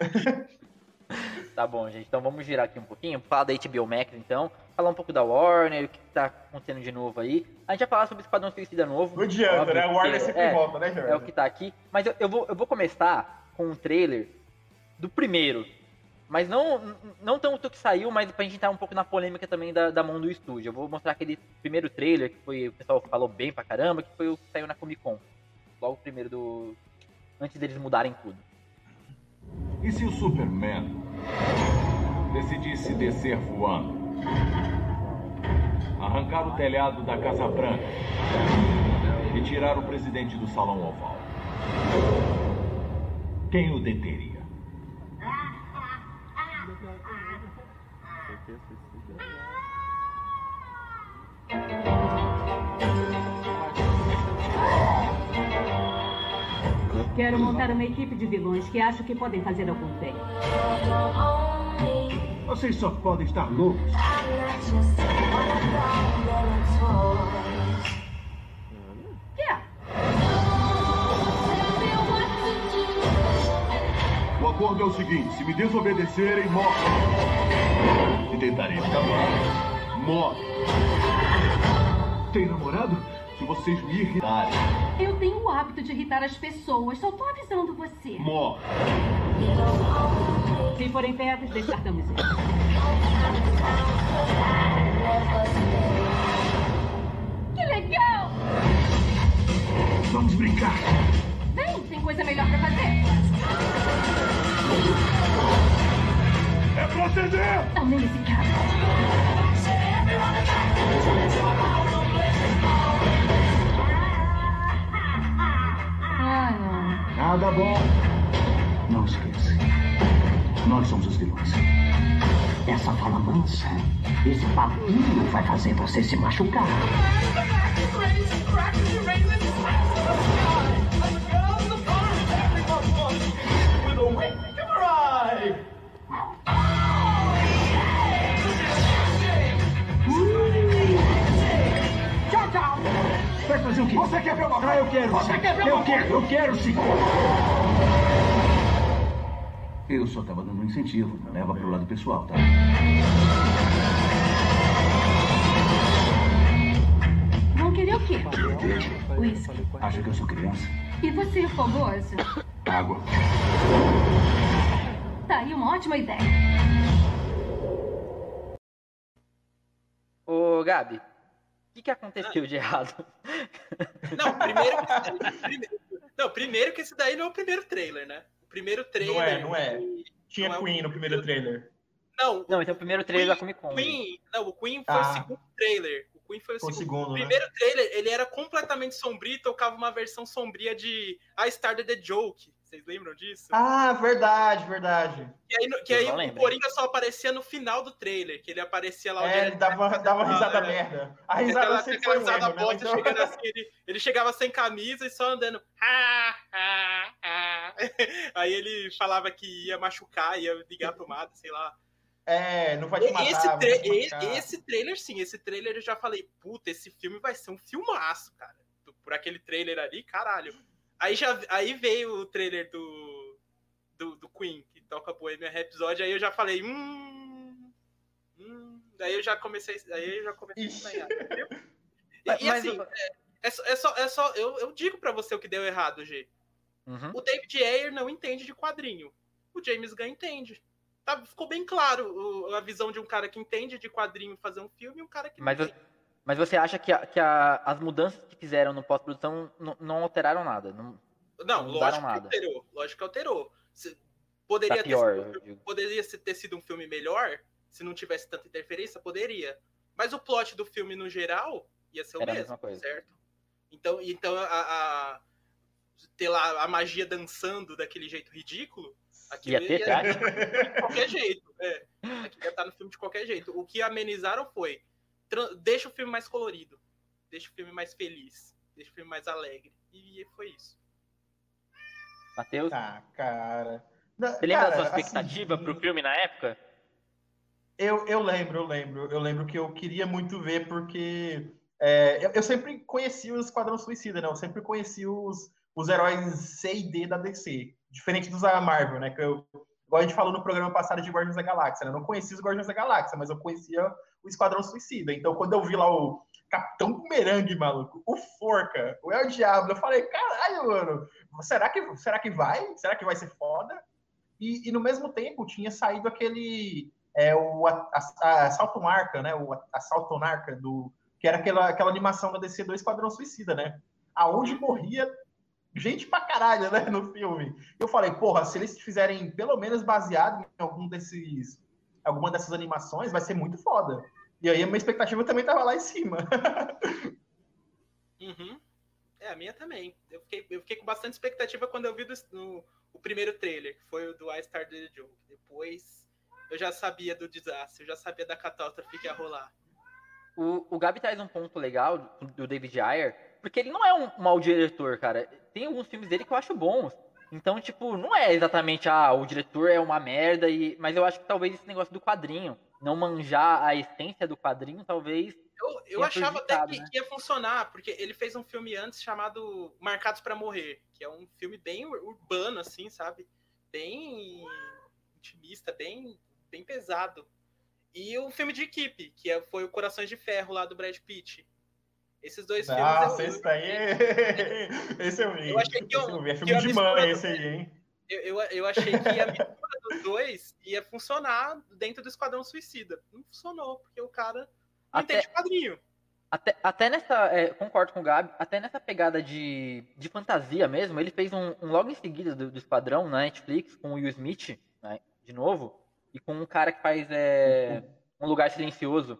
Speaker 1: Tá bom, gente. Então vamos girar aqui um pouquinho, falar da HBO Max, então. Falar um pouco da Warner, o que tá acontecendo de novo aí. A gente vai falar sobre o Esquadrão Suicida novo.
Speaker 2: Não adianta, né? O Warner sempre volta, né, Jorge?
Speaker 1: É o que tá aqui. Mas eu vou começar com um trailer do primeiro. Mas não tanto que saiu, mas pra gente entrar um pouco na polêmica também da mão do estúdio. Eu vou mostrar aquele primeiro trailer, que foi, o pessoal falou bem pra caramba, que foi o que saiu na Comic Con. Logo o primeiro antes deles mudarem tudo.
Speaker 11: E se o Superman decidisse descer voando? Arrancar o telhado da Casa Branca e tirar o presidente do Salão Oval? Quem o deteria?
Speaker 12: Quero montar uma equipe de vilões que acho que podem fazer algum bem.
Speaker 11: Vocês só podem estar loucos.
Speaker 12: Que é?
Speaker 11: O acordo é o seguinte: se me desobedecerem, morre. Se tentarem escapar, morre. Tem namorado? Se vocês me irritarem,
Speaker 12: Eu tenho o hábito de irritar as pessoas. Só tô avisando você.
Speaker 11: morre.
Speaker 12: Se forem pegos, descartamos eles. Que legal!
Speaker 11: Vamos brincar.
Speaker 12: Vem, tem coisa melhor pra fazer.
Speaker 11: É pra acender!
Speaker 12: Não, nem nesse caso.
Speaker 11: Nada bom. Não esqueça. Nós somos os vilões.
Speaker 13: Essa fala mansa, esse papinho vai fazer você se machucar.
Speaker 11: Tchau, tchau. Vai fazer o quê? Você quer ver uma praia? Eu quero. Você quer ver uma praia? Eu quero sim. Eu só tava dando um incentivo. Não leva pro lado pessoal, tá?
Speaker 12: Vão querer o quê? Whisky.
Speaker 11: Acha que eu sou criança?
Speaker 12: E você, fogoso?
Speaker 11: Água.
Speaker 12: Tá aí uma ótima ideia.
Speaker 1: Ô, Gabi, que aconteceu de errado?
Speaker 3: Primeiro que esse daí não é o primeiro trailer, né? O primeiro trailer...
Speaker 2: Não é. Tinha Queen no primeiro trailer.
Speaker 3: Não,
Speaker 1: esse é o primeiro trailer da Comic Con.
Speaker 3: O Queen foi o segundo trailer. O Queen foi o segundo. O
Speaker 2: né?
Speaker 3: primeiro trailer, ele era completamente sombrio e tocava uma versão sombria de I Started the Joke. Vocês lembram disso?
Speaker 2: Ah, verdade.
Speaker 3: Que aí o Coringa só aparecia no final do trailer, que ele aparecia lá...
Speaker 2: Ele dava risada merda. A risada sempre foi
Speaker 3: risada
Speaker 2: erro,
Speaker 3: bosta,
Speaker 2: então...
Speaker 3: chegando assim, ele chegava sem camisa e só andando... Aí ele falava que ia machucar, ia ligar a tomada, sei lá.
Speaker 2: Não vai te matar.
Speaker 3: Esse trailer, sim, esse trailer eu já falei, puta, esse filme vai ser um filmaço, cara. Por aquele trailer ali, caralho. Aí veio o trailer do Queen, que toca Bohemian Rhapsody, aí eu já falei, daí eu já comecei a estranhar, entendeu? E assim, eu digo pra você o que deu errado, G.
Speaker 1: Uhum.
Speaker 3: O David Ayer não entende de quadrinho. O James Gunn entende. Tá, ficou bem claro a visão de um cara que entende de quadrinho fazer um filme e um cara que não entende.
Speaker 1: Mas você acha que as mudanças que fizeram no pós-produção não alteraram nada? Não
Speaker 3: lógico que alterou. Poderia ter sido um filme melhor se não tivesse tanta interferência? Poderia. Mas o plot do filme, no geral, ia ser o mesmo, certo? Então ter lá a magia dançando daquele jeito ridículo, aquilo ia de qualquer jeito. Aquilo ia estar no filme de qualquer jeito. O que amenizaram foi deixa o filme mais colorido, deixa o filme mais feliz, deixa o filme mais alegre. E foi isso.
Speaker 1: Matheus?
Speaker 2: Cara.
Speaker 1: Você lembra da sua expectativa pro filme na época?
Speaker 2: Eu lembro que eu queria muito ver, porque eu sempre conheci o Esquadrão Suicida, né? Eu sempre conheci os heróis C e D da DC, diferente dos da Marvel, né? Igual a gente falou no programa passado de Guardiões da Galáxia, né? Eu não conhecia os Guardiões da Galáxia, mas eu conhecia o Esquadrão Suicida. Então, quando eu vi lá o Capitão Boomerang, maluco, o Forca, o El Diablo, eu falei, caralho, mano, será que vai? Será que vai ser foda? E no mesmo tempo tinha saído aquele o Assalto Marca, né? O Assalto Narca, que era aquela animação da DC do Esquadrão Suicida, né? Aonde morria gente pra caralho, né, no filme. Eu falei, porra, se eles fizerem pelo menos baseado em alguma dessas animações, vai ser muito foda. E aí a minha expectativa também tava lá em cima.
Speaker 3: Uhum. A minha também. Eu fiquei com bastante expectativa quando eu vi o primeiro trailer, que foi o do I Started the Joke. Depois eu já sabia do desastre, eu já sabia da catástrofe que ia rolar.
Speaker 1: O Gabi traz um ponto legal do David Ayer, porque ele não é um mau diretor, cara. Tem alguns filmes dele que eu acho bons. Então, tipo, não é exatamente, o diretor é uma merda, mas eu acho que talvez esse negócio do quadrinho, não manjar a essência do quadrinho, talvez...
Speaker 3: Eu achava até que ia funcionar, porque ele fez um filme antes chamado Marcados pra Morrer, que é um filme bem urbano, assim, sabe? Bem intimista, bem pesado. E um filme de equipe, que foi o Corações de Ferro, lá do Brad Pitt. Esses dois filmes...
Speaker 2: Nossa, esse daí esse eu vi.
Speaker 3: Eu achei que
Speaker 2: é filme de mãe esse aí, hein?
Speaker 3: Eu achei que a mistura dos dois ia funcionar dentro do Esquadrão Suicida. Não funcionou, porque o cara não entende quadrinho.
Speaker 1: Até nessa... concordo com o Gabi. Até nessa pegada de fantasia mesmo, ele fez um logo em seguida do Esquadrão, na Netflix, com o Will Smith, né, de novo, e com um cara que faz Um Lugar Silencioso.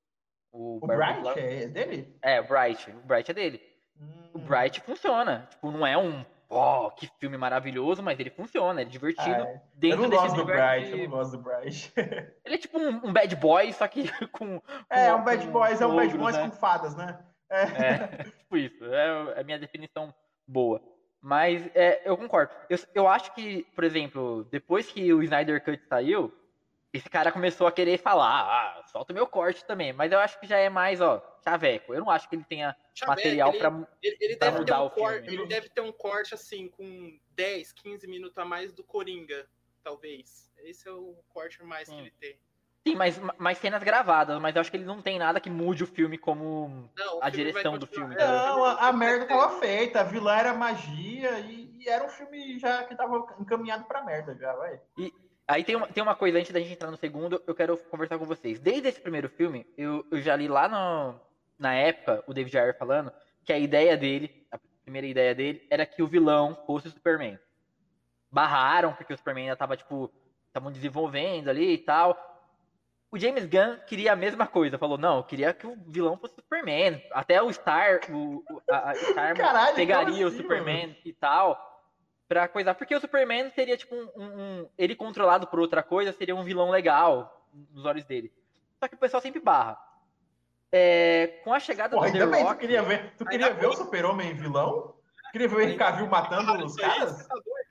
Speaker 1: O
Speaker 2: Bright é dele?
Speaker 1: O Bright é dele. O Bright funciona. Tipo, não é que filme maravilhoso, mas ele funciona, é divertido.
Speaker 2: Eu não gosto do Bright,
Speaker 1: Ele é tipo um bad boy, só que com
Speaker 2: um bad boy com fadas, né?
Speaker 1: Tipo isso. É a minha definição boa. Mas eu concordo. Eu acho que, por exemplo, depois que o Snyder Cut saiu, esse cara começou a querer falar, solta o meu corte também. Mas eu acho que já é mais, chaveco. Eu não acho que ele tenha material pra mudar o filme.
Speaker 3: Ele deve ter um corte, assim, com 10, 15 minutos a mais do Coringa, talvez. Esse é o corte mais que ele tem.
Speaker 1: Sim, mas cenas gravadas. Mas eu acho que ele não tem nada que mude o filme como a direção do filme.
Speaker 2: Não, a merda tava feita. A vilã era magia e era um filme já que tava encaminhado pra merda, já, vai.
Speaker 1: Aí tem uma coisa, antes da gente entrar no segundo, eu quero conversar com vocês. Desde esse primeiro filme, eu já li lá na época, o David Ayer falando, que a ideia dele, a primeira ideia dele, era que o vilão fosse o Superman. Barraram, porque o Superman ainda tava, tipo, estavam desenvolvendo ali e tal. O James Gunn queria a mesma coisa, falou, não, eu queria que o vilão fosse o Superman. Até o Star, a Starman pegaria assim, o Superman e tal, pra coisar. Porque o Superman seria, tipo, ele controlado por outra coisa, seria um vilão legal nos olhos dele. Só que o pessoal sempre barra. Com a chegada do The Rock...
Speaker 2: Tu queria ver o Super-Homem vilão? Queria ver o Henry Cavill matando os caras?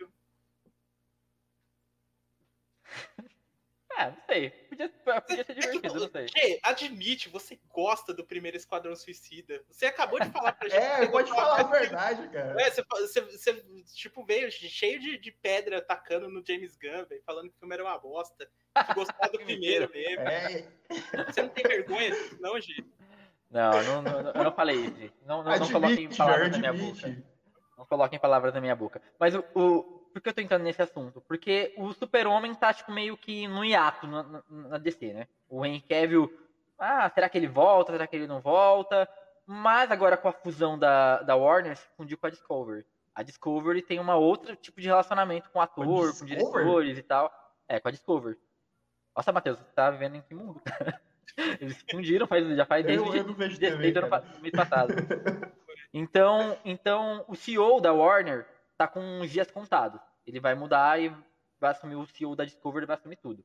Speaker 1: Não sei. Podia ser divertido, não sei.
Speaker 3: Che, admite, você gosta do primeiro Esquadrão Suicida. Você acabou de falar pra gente.
Speaker 2: Pode falar a verdade, cara.
Speaker 3: Você tipo, veio cheio de pedra atacando no James Gunn, véio, falando que o filme era uma bosta. Que gostava do primeiro mesmo. Você não tem vergonha disso, não, G?
Speaker 1: Não, eu não falei isso, gente. Não coloquem palavras na minha boca. Não coloquem palavras na minha boca. Mas por que eu tô entrando nesse assunto? Porque o Super-Homem tá, tipo, meio que no hiato na DC, né? O Henry Cavill, será que ele volta? Será que ele não volta? Mas agora com a fusão da Warner, se fundiu com a Discovery. A Discovery tem uma outra tipo de relacionamento com o ator, com diretores e tal. Com a Discovery. Nossa, Matheus, você tá vivendo em que mundo? Eles se fundiram já faz desde o mês passado. Então, o CEO da Warner tá com uns dias contados. Ele vai mudar e vai assumir o CEO da Discovery e vai assumir tudo.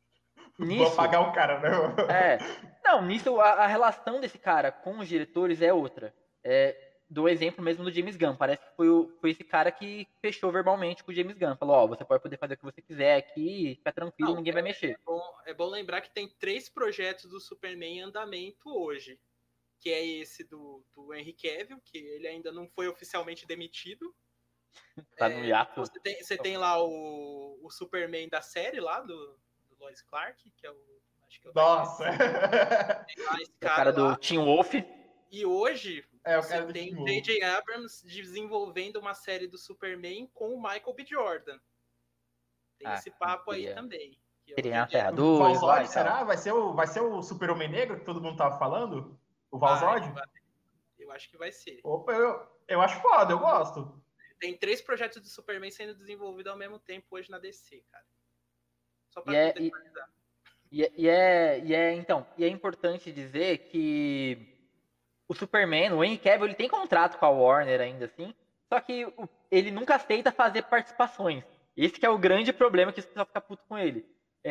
Speaker 2: Vou apagar o cara, né?
Speaker 1: Não, nisso a relação desse cara com os diretores é outra. Dou exemplo mesmo do James Gunn. Parece que foi esse cara que fechou verbalmente com o James Gunn. Falou, você pode poder fazer o que você quiser aqui, fica tranquilo, ninguém vai mexer.
Speaker 3: É bom lembrar que tem 3 projetos do Superman em andamento hoje. Que é esse do Henry Cavill, que ele ainda não foi oficialmente demitido.
Speaker 1: Tá no hiato.
Speaker 3: Você tem lá o Superman da série lá, do Lois Clark, que é o... Acho que é o
Speaker 2: Nossa!
Speaker 3: Tem lá esse
Speaker 1: cara do Tim Wolf.
Speaker 3: E hoje, você tem o J.J. Abrams desenvolvendo uma série do Superman com o Michael B. Jordan. Tem esse papo aí também.
Speaker 2: O Val-Zod, será? Vai ser o Super-Homem Negro que todo mundo tava falando? O Val-Zod?
Speaker 3: Eu acho que vai ser.
Speaker 2: Opa, eu acho foda, eu gosto.
Speaker 3: Tem 3 projetos de Superman sendo desenvolvidos ao mesmo tempo hoje na DC, cara. Só pra contextualizar.
Speaker 1: Então, é importante dizer que o Superman, o Henry Cavill, ele tem contrato com a Warner ainda assim, só que ele nunca aceita fazer participações. Esse que é o grande problema, que o pessoal fica puto com ele.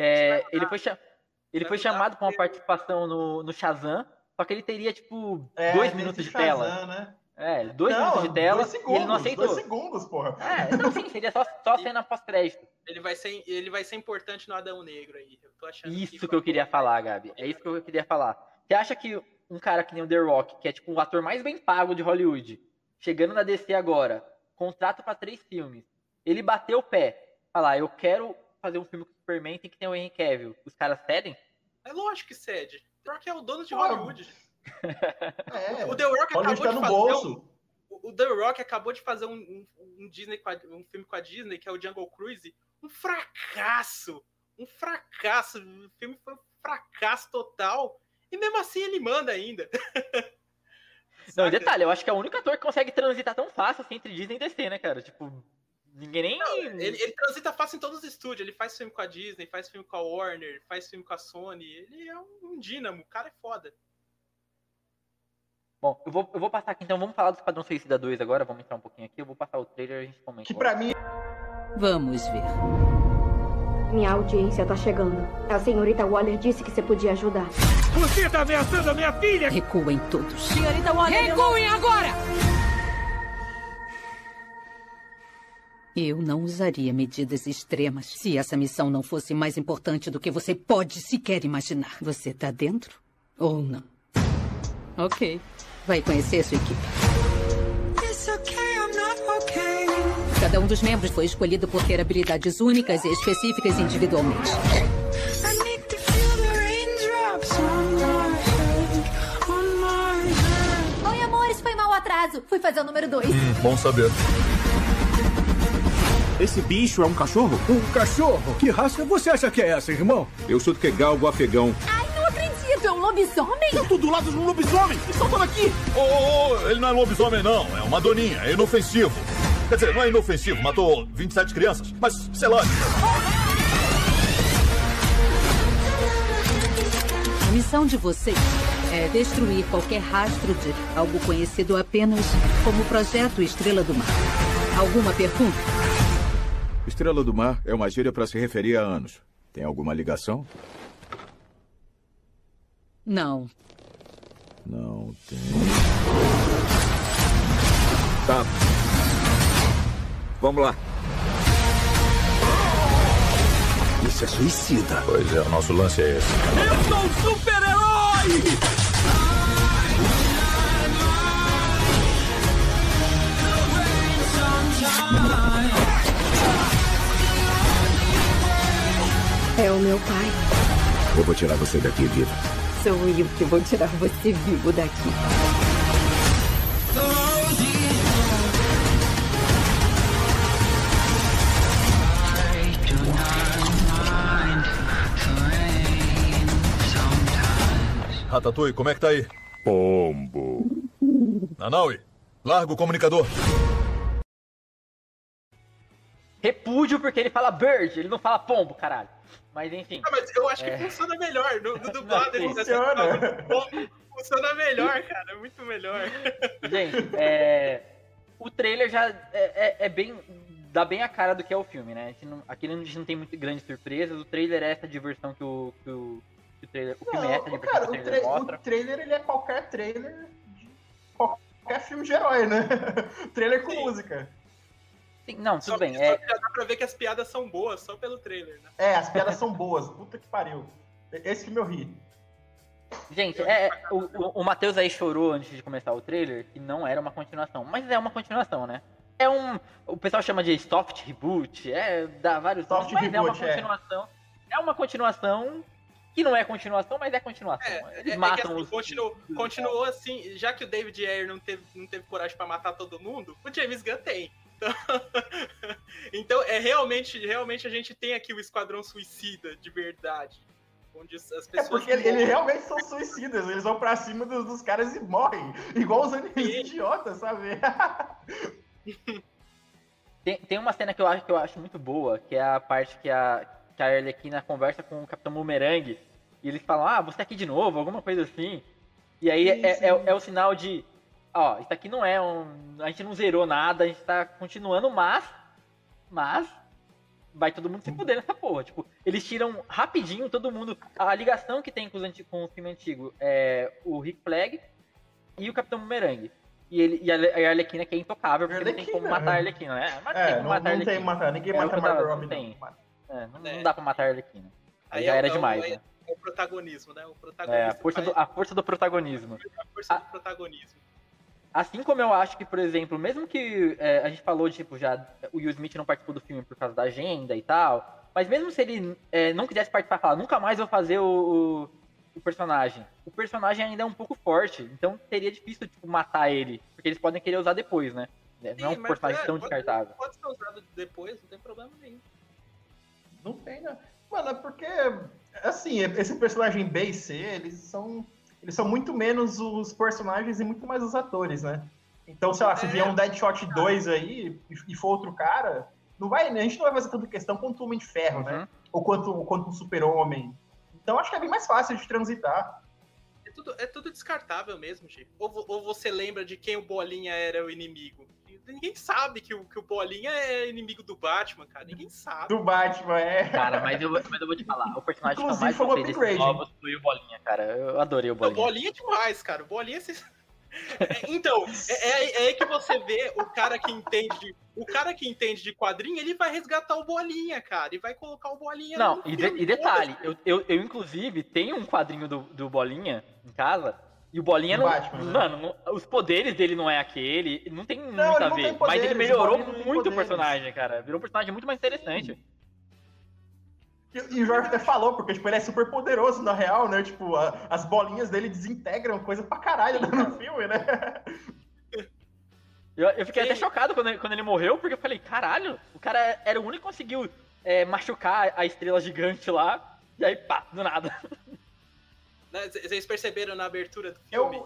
Speaker 1: Ele foi chamado para uma participação no Shazam, só que ele teria, tipo, 2 minutos de tela.
Speaker 2: Shazam, né?
Speaker 1: 2 minutos de tela,
Speaker 2: 2 segundos,
Speaker 1: e ele não aceitou.
Speaker 2: 2 segundos, porra.
Speaker 1: Não, sim, seria só cena pós-crédito.
Speaker 3: Ele vai ser importante no Adão Negro aí. Eu tô achando
Speaker 1: isso que eu queria falar, Gabi. É isso que eu queria falar. Você acha que um cara que nem o The Rock, que é tipo o ator mais bem pago de Hollywood, chegando na DC agora, contrato pra 3 filmes, ele bateu o pé, falar, eu quero fazer um filme com o Superman, tem que ter o Henry Cavill. Os caras cedem?
Speaker 3: É lógico que cede. O The Rock é o dono de Hollywood. O The Rock acabou de fazer o The Rock acabou de fazer um filme com a Disney, que é o Jungle Cruise. Um fracasso. O filme foi um fracasso total. E mesmo assim ele manda ainda.
Speaker 1: Não, detalhe, eu acho que é o único ator que consegue transitar tão fácil assim entre Disney e DC, né, cara? Tipo, ninguém nem...
Speaker 3: Não, ele transita fácil em todos os estúdios. Ele faz filme com a Disney, faz filme com a Warner, faz filme com a Sony. Ele é um dínamo, o cara é foda.
Speaker 1: Bom, eu vou passar aqui, então vamos falar do Esquadrão Suicida 2 agora, vamos entrar um pouquinho aqui, eu vou passar o trailer e a gente comenta.
Speaker 2: Que pra mim...
Speaker 14: Vamos ver.
Speaker 15: Minha audiência tá chegando. A senhorita Waller disse que você podia ajudar.
Speaker 14: Você tá ameaçando a minha filha! Recuem todos.
Speaker 15: Senhorita Waller...
Speaker 14: Recuem agora! Eu não usaria medidas extremas se essa missão não fosse mais importante do que você pode sequer imaginar. Você tá dentro ou não? Ok. Vai conhecer sua equipe. Cada um dos membros foi escolhido por ter habilidades únicas e específicas individualmente.
Speaker 16: Oi, amores, foi mal o atraso. Fui fazer o número 2.
Speaker 17: Bom saber.
Speaker 11: Esse bicho é um cachorro?
Speaker 17: Um cachorro? Que raça você acha que é essa, irmão?
Speaker 11: Eu sou do Kegalgo afegão.
Speaker 16: Ai, não acredito. Isso é um lobisomem?
Speaker 17: Eu tô do lado de um lobisomem! Me soltando aqui!
Speaker 18: Ele não é lobisomem, não. É uma doninha. É inofensivo. Quer dizer, não é inofensivo. Matou 27 crianças. Mas, sei lá.
Speaker 14: A missão de vocês é destruir qualquer rastro de algo conhecido apenas como Projeto Estrela do Mar. Alguma pergunta?
Speaker 19: Estrela do Mar é uma gíria para se referir a anos. Tem alguma ligação?
Speaker 14: Não.
Speaker 19: Não tem.
Speaker 18: Tá. Vamos lá.
Speaker 17: Isso é suicida.
Speaker 18: Pois é, o nosso lance é esse.
Speaker 17: Eu sou um super-herói!
Speaker 15: É o meu pai.
Speaker 19: Eu vou tirar você daqui viva.
Speaker 15: Sou eu que vou tirar você vivo daqui.
Speaker 18: Ratatouille, como é que tá aí?
Speaker 19: Pombo.
Speaker 18: Nanaui, larga o comunicador.
Speaker 1: Repúdio porque ele fala bird, ele não fala pombo, caralho. Mas enfim.
Speaker 3: Mas eu acho que funciona melhor. No dublado ele funciona melhor, cara. É muito melhor.
Speaker 1: Gente, o trailer já é bem. Dá bem a cara do que é o filme, né? Aqui a gente não tem muito grandes surpresas. O trailer é essa diversão que o trailer. O filme é essa diversão que o trailer mostra.
Speaker 2: O trailer ele é qualquer trailer de qualquer filme de herói, né? Trailer com música.
Speaker 1: Sim, não, tudo bem.
Speaker 3: Já dá pra ver que as piadas são boas só pelo trailer, né?
Speaker 2: As piadas são boas. Puta que pariu. Esse filme eu ri.
Speaker 1: Gente, o Matheus aí chorou antes de começar o trailer que não era uma continuação. Mas é uma continuação, né? O pessoal chama de soft reboot, dá vários nomes, mas é uma continuação. É uma continuação que não é continuação, mas é continuação. Eles matam
Speaker 3: assim, continuou assim, já que o David Ayer não teve coragem pra matar todo mundo, o James Gunn tem. Então realmente a gente tem aqui o Esquadrão Suicida de verdade, onde as pessoas
Speaker 2: porque eles realmente são suicidas, eles vão pra cima dos caras e morrem, igual os idiotas, sabe?
Speaker 1: Tem uma cena que eu acho muito boa, que é a parte que a Arlequina conversa com o Capitão Boomerang e eles falam, você aqui de novo, alguma coisa assim, e aí é o sinal de isso aqui não é a gente não zerou nada, a gente tá continuando, mas vai todo mundo se fuder nessa porra. Tipo, eles tiram rapidinho todo mundo. A ligação que tem com o filme antigo é o Rick Flag e o Capitão Boomerang. E a Arlequina que é intocável, porque não tem como matar a Arlequina, né? Mas não tem como matar a Arlequina.
Speaker 2: Não tem como matar, ninguém mata a Margot Robbie.
Speaker 1: Não dá pra matar a Arlequina. Aí já era demais, né?
Speaker 3: É o protagonismo, né?
Speaker 1: A força do protagonismo.
Speaker 3: A força do protagonismo.
Speaker 1: Assim como eu acho que, por exemplo, mesmo que a gente falou de, tipo, já o Will Smith não participou do filme por causa da agenda e tal, mas mesmo se ele não quisesse participar, falar, nunca mais vou fazer o personagem. O personagem ainda é um pouco forte, então seria difícil, tipo, matar ele, porque eles podem querer usar depois, né? Não é um personagem tão descartável.
Speaker 3: Pode ser usado depois, não tem problema nenhum.
Speaker 2: Não tem, né? Mano, é porque, assim, esse personagem B e C, eles são muito menos os personagens e muito mais os atores, né? Então, sei lá, se vier um Deadshot 2 aí e for outro cara, a gente não vai fazer tanta questão quanto o Homem de Ferro, né? Ou quanto o Super-Homem. Então, acho que é bem mais fácil de transitar.
Speaker 3: É tudo descartável mesmo, Chico. Ou você lembra de quem o Bolinha era o inimigo? Ninguém sabe que o Bolinha é inimigo do Batman, cara. Ninguém sabe.
Speaker 2: Do Batman,
Speaker 1: Cara, mas eu vou te falar. O personagem que eu mais gostei desses novos foi o Bolinha, cara. Eu adorei o Bolinha.
Speaker 3: O Bolinha é demais, cara. O Bolinha... Então, é aí que você vê o cara que entende de quadrinho, ele vai resgatar o Bolinha, cara. E vai colocar o Bolinha
Speaker 1: no filme. E detalhe, eu inclusive tenho um quadrinho do Bolinha em casa. E o Bolinha não.
Speaker 2: Batman, né?
Speaker 1: Mano, os poderes dele não é aquele. Não tem muito a ver. Mas ele melhorou muito o personagem, cara. Virou um personagem muito mais interessante.
Speaker 2: E o Jorge até falou, porque tipo, ele é super poderoso na real, né? Tipo, as bolinhas dele desintegram coisa pra caralho no filme, né?
Speaker 1: Eu fiquei até chocado quando ele morreu, porque eu falei, caralho, o cara era o único que conseguiu machucar a estrela gigante lá. E aí, pá, do nada.
Speaker 3: Vocês perceberam na abertura do filme?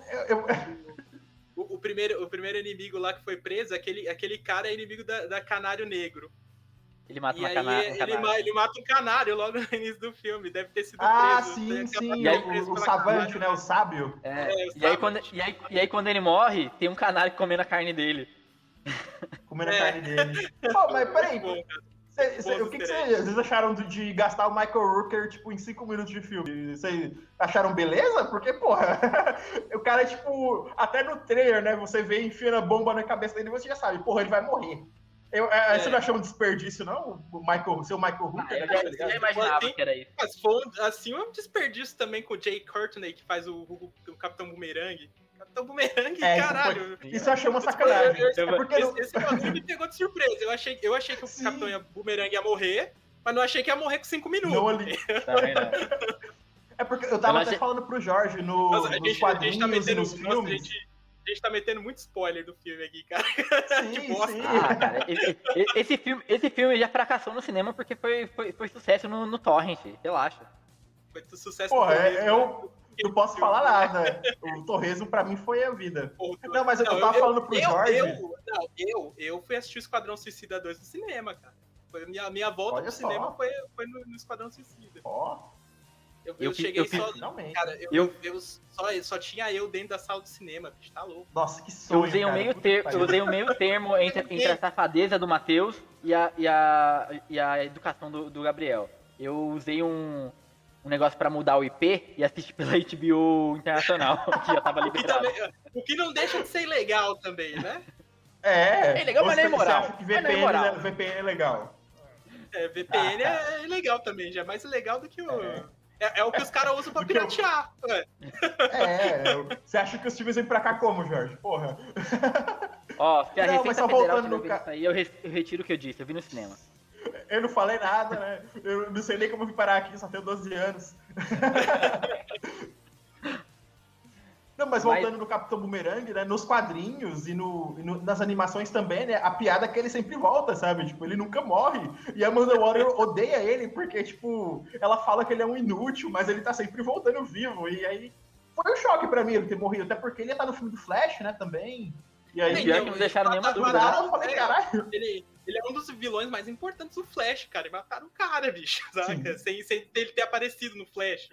Speaker 3: O primeiro inimigo lá que foi preso, aquele cara é inimigo da Canário Negro.
Speaker 1: Ele mata
Speaker 3: um canário. Ele mata um canário logo no início do filme, deve ter sido preso.
Speaker 2: Ah, sim. E aí, o savante, né? O sábio.
Speaker 1: E aí, quando ele morre, tem um canário comendo a carne dele.
Speaker 2: Comendo a carne dele. Pô, mas peraí. O que vocês acharam de gastar o Michael Rooker, tipo, em 5 minutos de filme? Vocês acharam beleza? Porque, porra, o cara, tipo, até no trailer, né? Você vê enfiando a bomba na cabeça dele e você já sabe, porra, ele vai morrer. Você não achou um desperdício, não? O seu Michael Rooker?
Speaker 1: Eu já imaginava que era isso.
Speaker 3: Mas foi assim, um desperdício também com o Jay Courtney, que faz o Capitão Boomerang. Capitão Boomerang, caralho.
Speaker 2: Isso eu achei uma sacanagem.
Speaker 3: Esse bagulho me pegou de surpresa. Eu achei que o Capitão Boomerang ia morrer, mas não achei que ia morrer com 5 minutos.
Speaker 2: Não ali. É porque eu tava até falando pro Jorge nos quadrinhos e nos filmes.
Speaker 3: A gente tá metendo muito spoiler do filme aqui, cara.
Speaker 2: Sim.
Speaker 1: Cara, esse filme já fracassou no cinema porque foi sucesso no Torrent, relaxa.
Speaker 3: Foi sucesso
Speaker 2: no Torresmo. Eu não posso falar nada. O Torresmo pra mim foi a vida. Não, mas eu tava falando pro Jorge.
Speaker 3: Eu fui assistir o Esquadrão Suicida 2 no cinema, cara. Foi a minha volta pro cinema foi no Esquadrão Suicida. Eu cheguei só. Cara, eu só tinha eu dentro da sala do cinema, bicho, tá louco.
Speaker 2: Nossa, que sonho.
Speaker 1: Eu usei o meio termo entre a safadeza do Matheus e a educação do Gabriel. Eu usei um negócio pra mudar o IP e assistir pela HBO Internacional, que já tava liberado.
Speaker 3: O que não deixa de ser ilegal também, né?
Speaker 2: É
Speaker 1: legal, mas não é moral.
Speaker 2: Você acha que VPN é legal?
Speaker 3: VPN é legal também, já é mais legal do que o... É o que os caras usam pra piratear.
Speaker 2: Você acha que os filmes vêm pra cá como, Jorge? Porra.
Speaker 1: Se a Receita Federal tiver isso aí, eu retiro o que eu disse. Eu vi no cinema.
Speaker 2: Eu não falei nada, né? Eu não sei nem como eu vim parar aqui, só tenho 12 anos. Não, mas voltando no Capitão Boomerang, né? Nos quadrinhos e nas animações também, né? A piada é que ele sempre volta, sabe? Tipo, ele nunca morre. E a Amanda Waller odeia ele porque, tipo, ela fala que ele é um inútil, mas ele tá sempre voltando vivo. E aí foi um choque pra mim ele ter morrido, até porque ele ia estar no filme do Flash, né? Também. E aí
Speaker 1: pior que não deixaram nenhuma dúvida.
Speaker 2: Eu falei, caralho.
Speaker 3: Ele é um dos vilões mais importantes do Flash, cara. E mataram o cara, bicho, saca? Sem ele ter aparecido no Flash.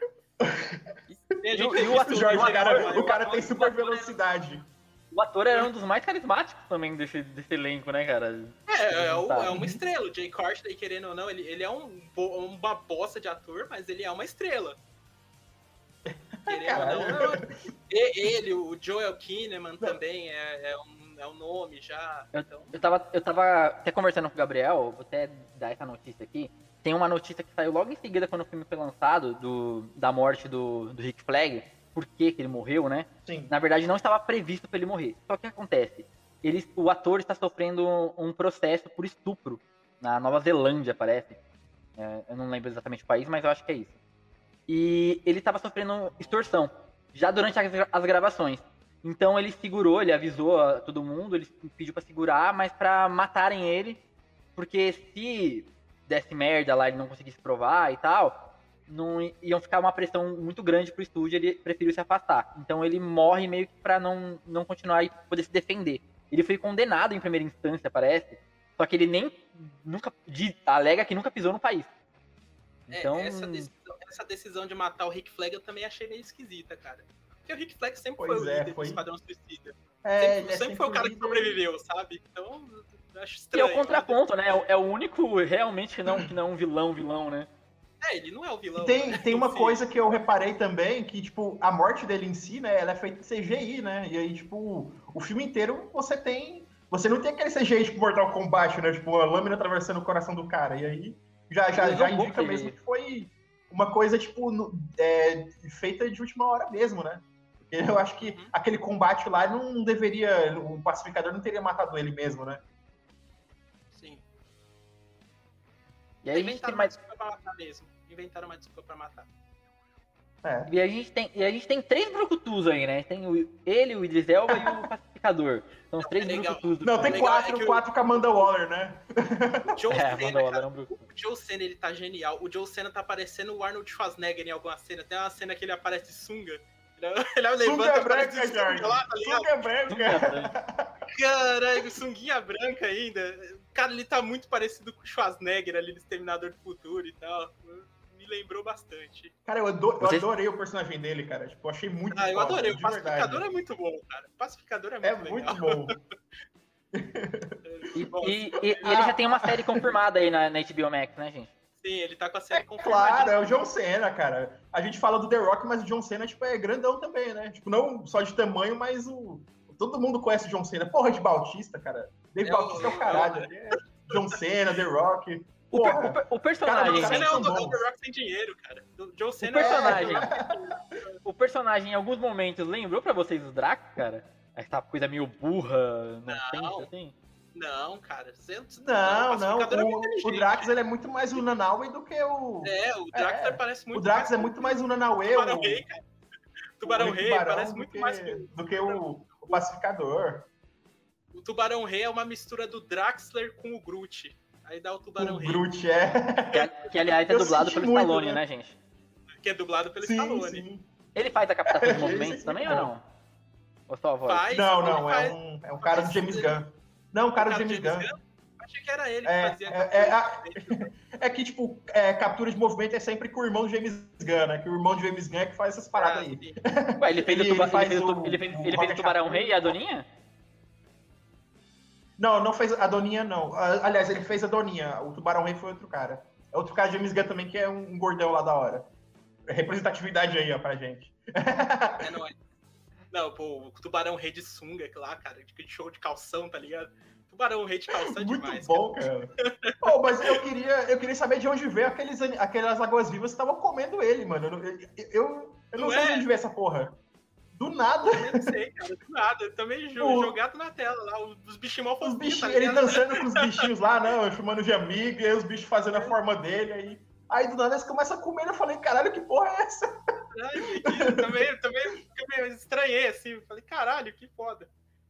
Speaker 2: O cara tem super velocidade.
Speaker 1: O ator era um dos mais carismáticos também desse elenco, né, cara?
Speaker 3: É uma estrela. O Jay Courtney, querendo ou não, ele é uma bosta de ator, mas ele é uma estrela. Querendo ou não. Ele, o Joel Kinnaman também é um nome já.
Speaker 1: Eu tava até conversando com o Gabriel, vou até dar essa notícia aqui. Tem uma notícia que saiu logo em seguida quando o filme foi lançado, da morte do Rick Flag, por que ele morreu, né?
Speaker 2: Sim.
Speaker 1: Na verdade, não estava previsto para ele morrer. Só que acontece? O ator está sofrendo um processo por estupro na Nova Zelândia, parece. Eu não lembro exatamente o país, mas eu acho que é isso. E ele estava sofrendo extorsão, já durante as gravações. Então ele segurou, ele avisou a todo mundo, ele pediu para segurar, mas para matarem ele, porque se desse merda lá, ele não conseguisse provar e tal, iam ficar uma pressão muito grande pro estúdio, ele preferiu se afastar. Então ele morre meio que pra não continuar e poder se defender. Ele foi condenado em primeira instância, parece, só que ele nunca alega que nunca pisou no país. Então...
Speaker 3: Essa decisão de matar o Rick Flag eu também achei meio esquisita, cara. Porque o Rick Flag sempre foi o líder do Esquadrão Suicida. Sempre foi o cara que sobreviveu, sabe? Então... Acho estranho,
Speaker 1: e é o contraponto, né? É o único realmente que não é um vilão, né?
Speaker 3: Ele não é o vilão.
Speaker 2: Tem uma coisa que eu reparei também, que, tipo, a morte dele em si, né? Ela é feita em CGI, né? E aí, tipo, o filme inteiro você não tem aquele CGI, tipo, Mortal Kombat, né? Tipo, a lâmina atravessando o coração do cara. E aí, já indica mesmo que foi uma coisa, tipo, feita de última hora mesmo, né? Porque eu acho que aquele combate lá não deveria... O pacificador não teria matado ele mesmo, né?
Speaker 1: E aí
Speaker 3: Inventaram uma desculpa pra matar mesmo. Inventaram uma desculpa pra matar.
Speaker 1: E a gente tem 3 brucutus aí, né? Tem ele, o Idris Elba e o Pacificador. São os 3 brucutus.
Speaker 2: Não, tem 4 com a Amanda Waller, né?
Speaker 3: O Joe Cena,
Speaker 1: Amanda Waller é um
Speaker 3: o
Speaker 1: brucutu.
Speaker 3: Joe Cena, ele tá genial. O Joe Cena tá parecendo o Arnold Schwarzenegger em alguma cena. Tem uma cena que ele aparece de sunga. Ele levanta
Speaker 2: Sunga
Speaker 3: e aparece
Speaker 2: branca,
Speaker 3: de sunga
Speaker 2: Jorge.
Speaker 3: lá, tá ligado?
Speaker 2: Sunga branca.
Speaker 3: Caralho, sunguinha branca ainda. Cara, ele tá muito parecido com o Schwarzenegger ali no Exterminador do Futuro e tal. Me lembrou bastante.
Speaker 2: Cara, eu adorei o personagem dele, cara. Tipo, eu achei muito
Speaker 3: eu
Speaker 2: foda,
Speaker 3: adorei. O
Speaker 2: de
Speaker 3: Pacificador
Speaker 2: verdade.
Speaker 3: é muito bom, cara. O Pacificador é muito legal.
Speaker 2: Muito bom.
Speaker 1: E ele já tem uma série confirmada aí na HBO Max, né, gente?
Speaker 3: Sim, ele tá com a série confirmada.
Speaker 2: Claro, é o John Cena, cara. A gente fala do The Rock, mas o John Cena, tipo, é grandão também, né? Tipo, não só de tamanho, mas todo mundo conhece o John Cena. Porra, de Bautista, cara. Dave Bautista é o caralho. É John Cena, The Rock. Porra.
Speaker 1: O personagem...
Speaker 3: O John Cena é o
Speaker 2: bom.
Speaker 3: The Rock sem dinheiro, cara. O John
Speaker 1: O
Speaker 3: Cena
Speaker 1: personagem... O personagem, em alguns momentos, lembrou pra vocês o Drax, cara? Essa coisa meio burra, nonsense, assim?
Speaker 3: Não, cara.
Speaker 2: Não.
Speaker 3: Pacificador é muito
Speaker 2: O
Speaker 3: inteligente.
Speaker 2: Drax, ele é muito mais o Nanaue do que o...
Speaker 3: O Drax parece muito
Speaker 2: O Drax
Speaker 3: mais
Speaker 2: é muito mais o Nanaue.
Speaker 3: Tubarão Rei, cara. Tubarão Rei parece muito mais...
Speaker 2: Do que o Pacificador.
Speaker 3: O Tubarão Rei é uma mistura do Draxler com o Groot. Aí dá o Tubarão Rei.
Speaker 2: O Groot,
Speaker 1: Que aliás, é
Speaker 2: Eu
Speaker 1: dublado
Speaker 2: senti
Speaker 1: pelo
Speaker 2: muito,
Speaker 1: Stallone,
Speaker 2: né?
Speaker 1: né, gente?
Speaker 3: Que é dublado pelo Stallone.
Speaker 2: Sim.
Speaker 1: Ele faz a captação de movimentos
Speaker 2: Esse
Speaker 1: também
Speaker 2: é
Speaker 1: ou
Speaker 2: bom.
Speaker 1: não? Ou só a voz?
Speaker 3: Faz,
Speaker 2: Não,
Speaker 3: faz.
Speaker 2: é um cara do James Gunn. Não, um cara do James Gunn.
Speaker 3: Achei que era ele que fazia.
Speaker 2: É que, tipo, captura de movimento é sempre com o irmão do James Gunn, né? Que o irmão do James Gunn é que faz essas paradas aí.
Speaker 1: Ué, ele fez
Speaker 2: Ele
Speaker 1: ele fez o Tubarão Rei e a Doninha?
Speaker 2: Não fez a Doninha, não. Aliás, ele fez a Doninha. O Tubarão Rei foi outro cara. É outro cara de James Gunn também, que é um gordão lá da hora. Representatividade aí, ó, pra gente.
Speaker 3: Não, pô, o Tubarão Rei de sunga, lá, cara, de show de calção, tá ligado? Tubarão Rei de calção é demais.
Speaker 2: Muito bom, cara. Pô, mas eu queria saber de onde veio aquelas águas-vivas que estavam comendo ele, mano. Eu não sei de onde veio essa porra. Do nada.
Speaker 3: Eu não sei, cara, do nada. Também jogado na tela lá, os bichinhos mal fofinhos, tá
Speaker 2: ele
Speaker 3: ligado?
Speaker 2: dançando com os bichinhos lá, não, chamando de amigo, e aí os bichos fazendo a forma dele, aí do nada eles começam a comer, eu falei, caralho, que porra é essa?
Speaker 3: Também estranhei, assim, falei, caralho, que foda.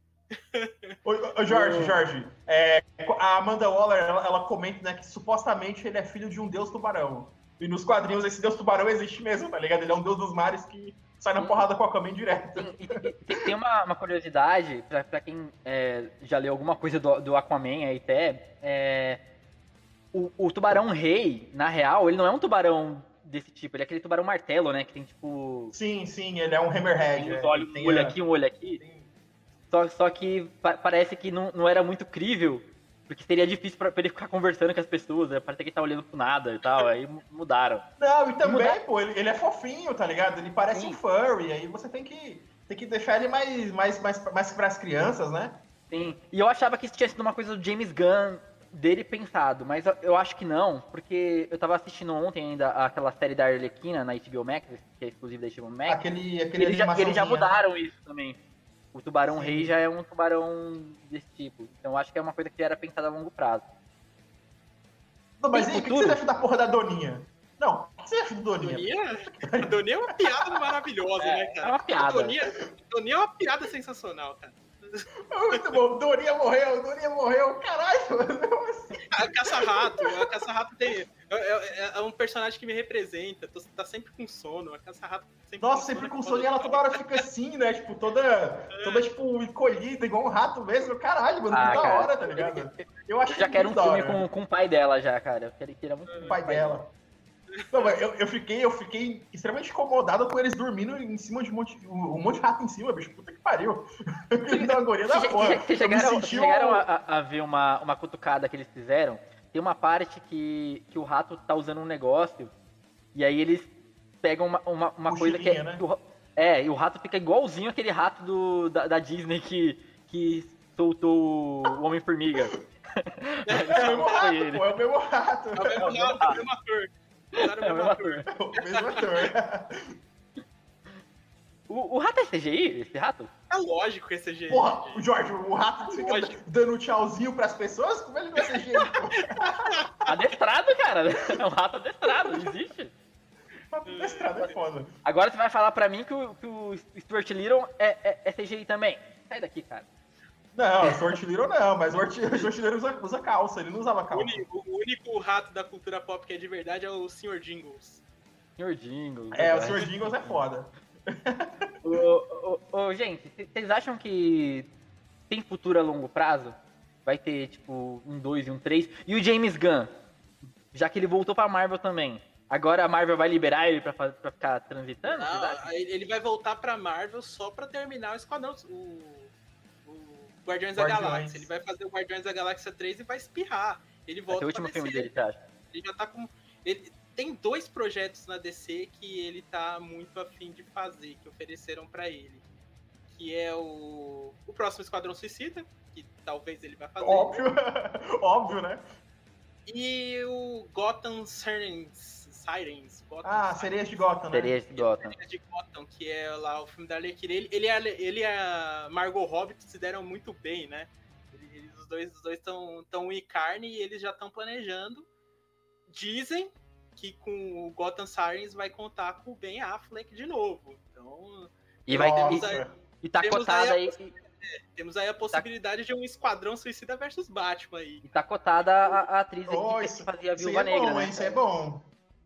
Speaker 2: Ô Jorge, a Amanda Waller, ela comenta, né, que supostamente ele é filho de um deus tubarão. E nos quadrinhos esse deus tubarão existe mesmo, tá ligado? Ele é um deus dos mares que sai na porrada com a Aquaman direto.
Speaker 1: Tem uma curiosidade, pra quem já leu alguma coisa do Aquaman aí até, o tubarão rei, na real, ele não é um tubarão desse tipo, ele é aquele tubarão martelo, né, que tem tipo...
Speaker 2: Sim, ele é um hammerhead.
Speaker 1: Um olho aqui, um olho aqui. Só que parece que não era muito crível, porque seria difícil pra ele ficar conversando com as pessoas, parece que ele tá olhando pro nada e tal, aí mudaram.
Speaker 2: Não, e também, pô, ele é fofinho, tá ligado? Ele parece um furry, aí você tem que deixar ele mais pras crianças, né?
Speaker 1: Sim, e eu achava que isso tinha sido uma coisa do James Gunn dele pensado, mas eu acho que não, porque eu tava assistindo ontem ainda aquela série da Arlequina na HBO Max, que é exclusiva da HBO Max. Eles já mudaram isso também. O Tubarão Rei já é um tubarão desse tipo. Então eu acho que é uma coisa que era pensada a longo prazo.
Speaker 2: Não, mas aí, o que você acha da porra da Doninha? Não, o que você acha do Doninha?
Speaker 3: A Doninha é uma piada maravilhosa, né, cara?
Speaker 1: É uma piada.
Speaker 3: Doninha é uma piada sensacional, cara.
Speaker 2: Muito bom, Doninha morreu, caralho!
Speaker 3: A Caça-Rato é um personagem que me representa, tá sempre com sono, a Caça-Rato
Speaker 2: sempre com sono, e ela toda hora fica assim, né, tipo, toda tipo, encolhida, igual um rato mesmo, caralho, mano, que da hora, tá ligado? Eu acho
Speaker 1: já quero um filme com o pai dela já, cara, eu queria muito
Speaker 2: o pai dela. Não, mas eu fiquei extremamente incomodado com eles dormindo em cima de um monte de rato em cima, bicho. Puta que pariu. Me dá uma agonia da porra.
Speaker 1: Vocês chegaram a ver uma cutucada que eles fizeram? Tem uma parte que o rato tá usando um negócio e aí eles pegam uma coisa que é... Né? E o rato fica igualzinho aquele rato da Disney que soltou o Homem-Formiga.
Speaker 2: É o mesmo rato, pô, é o mesmo rato.
Speaker 3: É o mesmo ator.
Speaker 1: É o mesmo ator. O rato é CGI, esse rato?
Speaker 3: É lógico que é CGI.
Speaker 2: Porra, Jorge, o rato fica dando tchauzinho pras pessoas? Como ele não é CGI?
Speaker 1: Adestrado, cara. É um rato adestrado, não existe.
Speaker 2: Rato adestrado é foda.
Speaker 1: Agora você vai falar pra mim que o Stuart Little é CGI também. Sai daqui, cara.
Speaker 2: Não, o Stuart Little não, mas o Stuart Little usa calça, ele não usava calça.
Speaker 3: O único rato da cultura pop que é de verdade é o Sr. Jingles.
Speaker 1: Sr. Jingles.
Speaker 2: O Sr. Jingles é foda.
Speaker 1: Gente, vocês acham que tem futuro a longo prazo? Vai ter, tipo, um 2 e um 3? E o James Gunn? Já que ele voltou pra Marvel também. Agora a Marvel vai liberar ele pra ficar transitando?
Speaker 3: Não, ele vai voltar pra Marvel só pra terminar o Esquadrão... O Guardiões da Galáxia. Ele vai fazer o Guardiões da Galáxia 3 e vai espirrar. Ele volta
Speaker 1: pra DC. É o último filme dele, você acha?
Speaker 3: Ele já tá com... Tem 2 projetos na DC que ele tá muito afim de fazer, que ofereceram pra ele. Que é o próximo Esquadrão Suicida, que talvez ele vai fazer.
Speaker 2: Óbvio, né?
Speaker 3: E o Gotham Sirens.
Speaker 2: Sereias de Gotham, né?
Speaker 1: Sereias de Gotham.
Speaker 3: Sereias de Gotham, que é lá o filme da Arlequina. Ele e a Margot Robbie se deram muito bem, né? Os dois estão em carne e eles já estão planejando. Dizem que com o Gotham Sirens vai contar com o Ben Affleck de novo. Então...
Speaker 1: E tá cotada aí...
Speaker 3: Temos aí a possibilidade de um Esquadrão Suicida versus Batman aí.
Speaker 1: E tá cotada a atriz aqui que fazia a Viúva Negra, né?
Speaker 2: Isso é bom.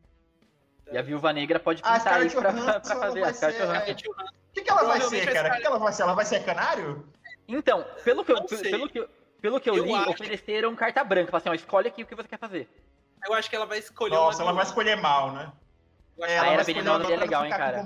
Speaker 1: E a Viúva Negra pode pintar aí pra fazer.
Speaker 2: O que ela vai ser, cara? O que ela vai ser? Ela vai ser canário?
Speaker 1: Então, pelo que eu li, ofereceram carta branca. Falaram assim, escolhe aqui o que você quer fazer.
Speaker 3: Eu acho que ela vai escolher
Speaker 2: ela vai escolher mal, né?
Speaker 1: A Era Venenosa seria legal, hein, cara?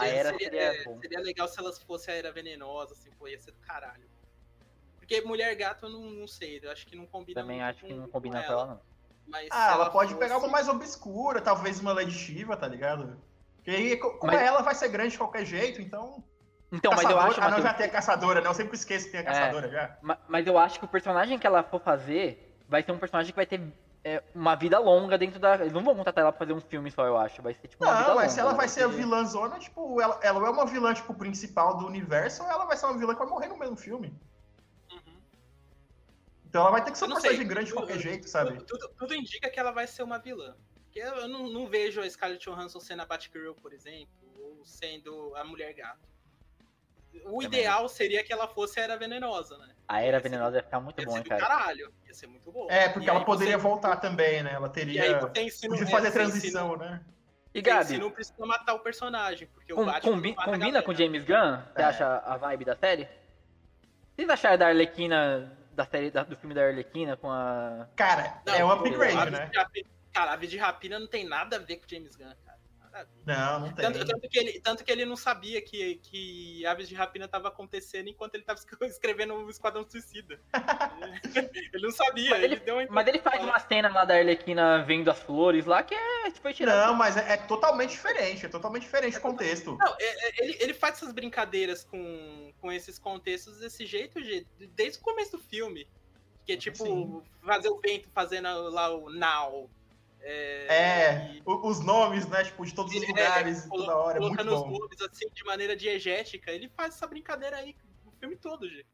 Speaker 3: Seria legal se elas fossem a Era Venenosa, assim, pô, ia ser do caralho. Porque Mulher Gato eu não sei, eu acho que não combina.
Speaker 1: Também acho que não combina com ela, não.
Speaker 3: Mas
Speaker 2: ela pode pegar uma mais obscura, talvez uma Lady Shiva, tá ligado? Porque aí, como ela vai ser grande de qualquer jeito, então...
Speaker 1: Então, mas eu acho...
Speaker 2: não, já tem a Caçadora, né? Eu sempre esqueço que tem a Caçadora já.
Speaker 1: Mas eu acho que o personagem que ela for fazer vai ser um personagem que vai ter... uma vida longa dentro da... Eles não vão contratar ela pra fazer um filme só, eu acho. Vai ser, tipo, uma vida longa.
Speaker 2: Não, mas se ela vai ser a vilãzona, tipo... Ela é uma vilã, tipo, principal do universo, ou ela vai ser uma vilã que vai morrer no mesmo filme? Então ela vai ter que ser uma personagem grande de qualquer jeito, sabe?
Speaker 3: Tudo indica que ela vai ser uma vilã. Porque eu não vejo a Scarlett Johansson sendo a Batgirl, por exemplo, ou sendo a Mulher Gato. O ideal seria que ela fosse a Era Venenosa, né?
Speaker 1: A Era Venenosa ia ficar muito bom, hein, cara?
Speaker 3: Caralho, ia ser muito bom.
Speaker 2: Porque ela poderia voltar também, né? Ela teria... Podia fazer transição, né?
Speaker 1: E Gabi?
Speaker 3: Você não precisa matar o personagem, porque o Batman
Speaker 1: combina com o James Gunn? Você acha a vibe da série? Vocês acharam da Arlequina, da série do filme da Arlequina com a...
Speaker 2: Cara, é um upgrade, né?
Speaker 3: Cara, Aves de Rapina não tem nada a ver com o James Gunn, cara.
Speaker 2: Não tem.
Speaker 3: Tanto que ele não sabia que Aves de Rapina estava acontecendo enquanto ele estava escrevendo o Esquadrão Suicida. Ele não sabia.
Speaker 1: Mas ele faz uma cena lá da Arlequina vendo as flores lá que foi tirado.
Speaker 2: Não, mas é totalmente diferente. É totalmente diferente o contexto.
Speaker 3: Não, ele faz essas brincadeiras com esses contextos desse jeito desde o começo do filme. Que é tipo fazer o vento fazendo lá o now.
Speaker 2: Os nomes, né, tipo, de todos os lugares e toda hora, é muito bom.
Speaker 3: Colocando os nomes, assim, de maneira diegética, ele faz essa brincadeira aí o filme todo, gente.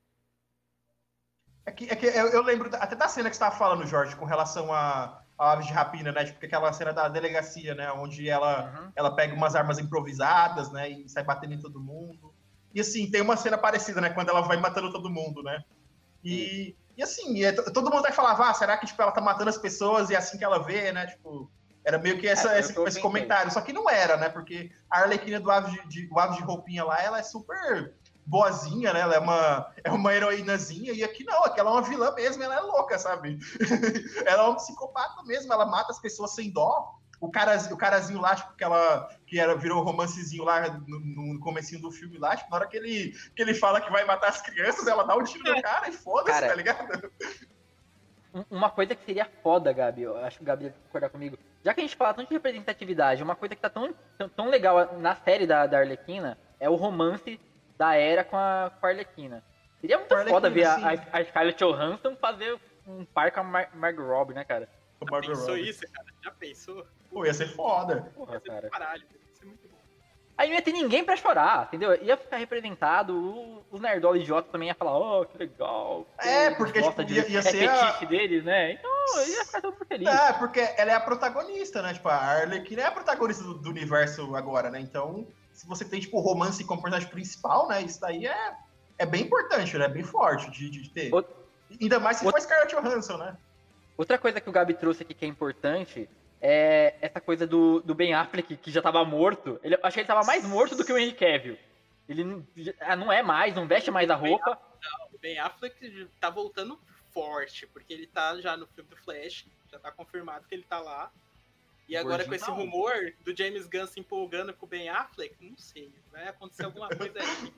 Speaker 2: Eu lembro até da cena que você tava falando, Jorge, com relação a Aves de Rapina, né, tipo, aquela cena da delegacia, né, onde ela pega umas armas improvisadas, né, e sai batendo em todo mundo. E, assim, tem uma cena parecida, né, quando ela vai matando todo mundo, né. E assim, todo mundo vai falar, será que tipo, ela tá matando as pessoas e é assim que ela vê, né? Tipo, era meio que esse comentário. Só que não era, né? Porque a Arlequina do Aves de Roupinha lá, ela é super boazinha, né? Ela é uma heroínazinha. E aqui não, aqui ela é uma vilã mesmo, ela é louca, sabe? Ela é uma psicopata mesmo, ela mata as pessoas sem dó. O carazinho lá, tipo, virou romancezinho lá no comecinho do filme lá, tipo, na hora que ele fala que vai matar as crianças, ela dá um tiro no cara e foda-se, tá ligado?
Speaker 1: Uma coisa que seria foda, Gabi, eu acho que o Gabi deve concordar comigo, já que a gente fala tanto de representatividade, uma coisa que tá tão legal na série da Arlequina é o romance da Era com a Arlequina. Seria muito foda ver a Scarlett Johansson fazer um par com a Margot Robbie, né, cara?
Speaker 3: Já pensou isso, cara? Já pensou?
Speaker 2: Pô, ia ser foda.
Speaker 1: Porra, cara.
Speaker 3: Caralho, ia ser muito bom.
Speaker 1: Aí não ia ter ninguém pra chorar, entendeu? Ia ficar representado, os nerdola idiotas também iam falar, que legal.
Speaker 2: Porque tipo, ia ser
Speaker 1: fetiche deles, né? Então ia ficar todo mundo feliz.
Speaker 2: Porque ela é a protagonista, né? Tipo, a Arlequina é a protagonista do universo agora, né? Então, se você tem, tipo, romance com o personagem principal, né? Isso daí é bem importante, né? É bem forte de ter. Ainda mais se for Scarlett Johansson, né?
Speaker 1: Outra coisa que o Gabi trouxe aqui que é importante é essa coisa do Ben Affleck, que já tava morto. Acho que ele tava mais morto do que o Henry Cavill. Ele não é mais, não veste mais a roupa.
Speaker 3: O Ben Affleck tá voltando forte, porque ele tá já no filme do Flash, já tá confirmado que ele tá lá. E agora com esse rumor do James Gunn se empolgando com o Ben Affleck, não sei, vai acontecer alguma coisa aí.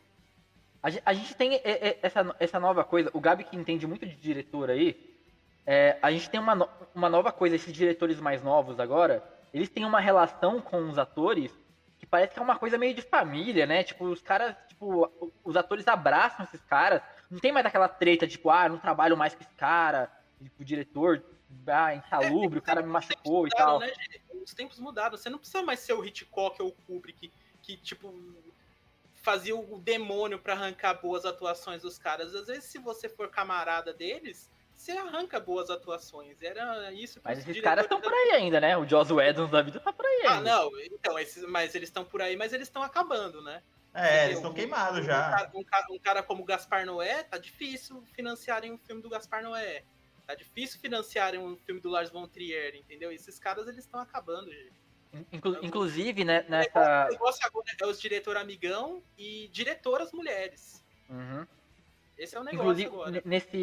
Speaker 1: A gente tem essa nova coisa, o Gabi que entende muito de diretor aí, a gente tem uma nova coisa, esses diretores mais novos agora, eles têm uma relação com os atores que parece que é uma coisa meio de família, né? Tipo, os caras, tipo, os atores abraçam esses caras, não tem mais aquela treta, tipo, não trabalho mais com esse cara, tipo, o diretor, insalubre, o cara me machucou e tal.
Speaker 3: Né, os tempos mudaram, você não precisa mais ser o Hitchcock ou o Kubrick que tipo, fazia o demônio pra arrancar boas atuações dos caras. Às vezes, se você for camarada deles, você arranca boas atuações. Era isso que
Speaker 1: Mas esses caras estão por aí ainda, né? O Joss Whedon da vida tá por aí ainda.
Speaker 3: Não, então, mas eles estão por aí, mas eles estão acabando, né?
Speaker 2: Eles estão queimados já.
Speaker 3: Um cara como o Gaspar Noé, tá difícil financiarem um filme do Gaspar Noé. Tá difícil financiarem um filme do Lars von Trier, entendeu? Esses caras, eles estão acabando, gente.
Speaker 1: Inclusive, né, nessa...
Speaker 3: O negócio agora é os diretor amigão e diretoras mulheres.
Speaker 1: Uhum.
Speaker 3: Esse é o negócio agora.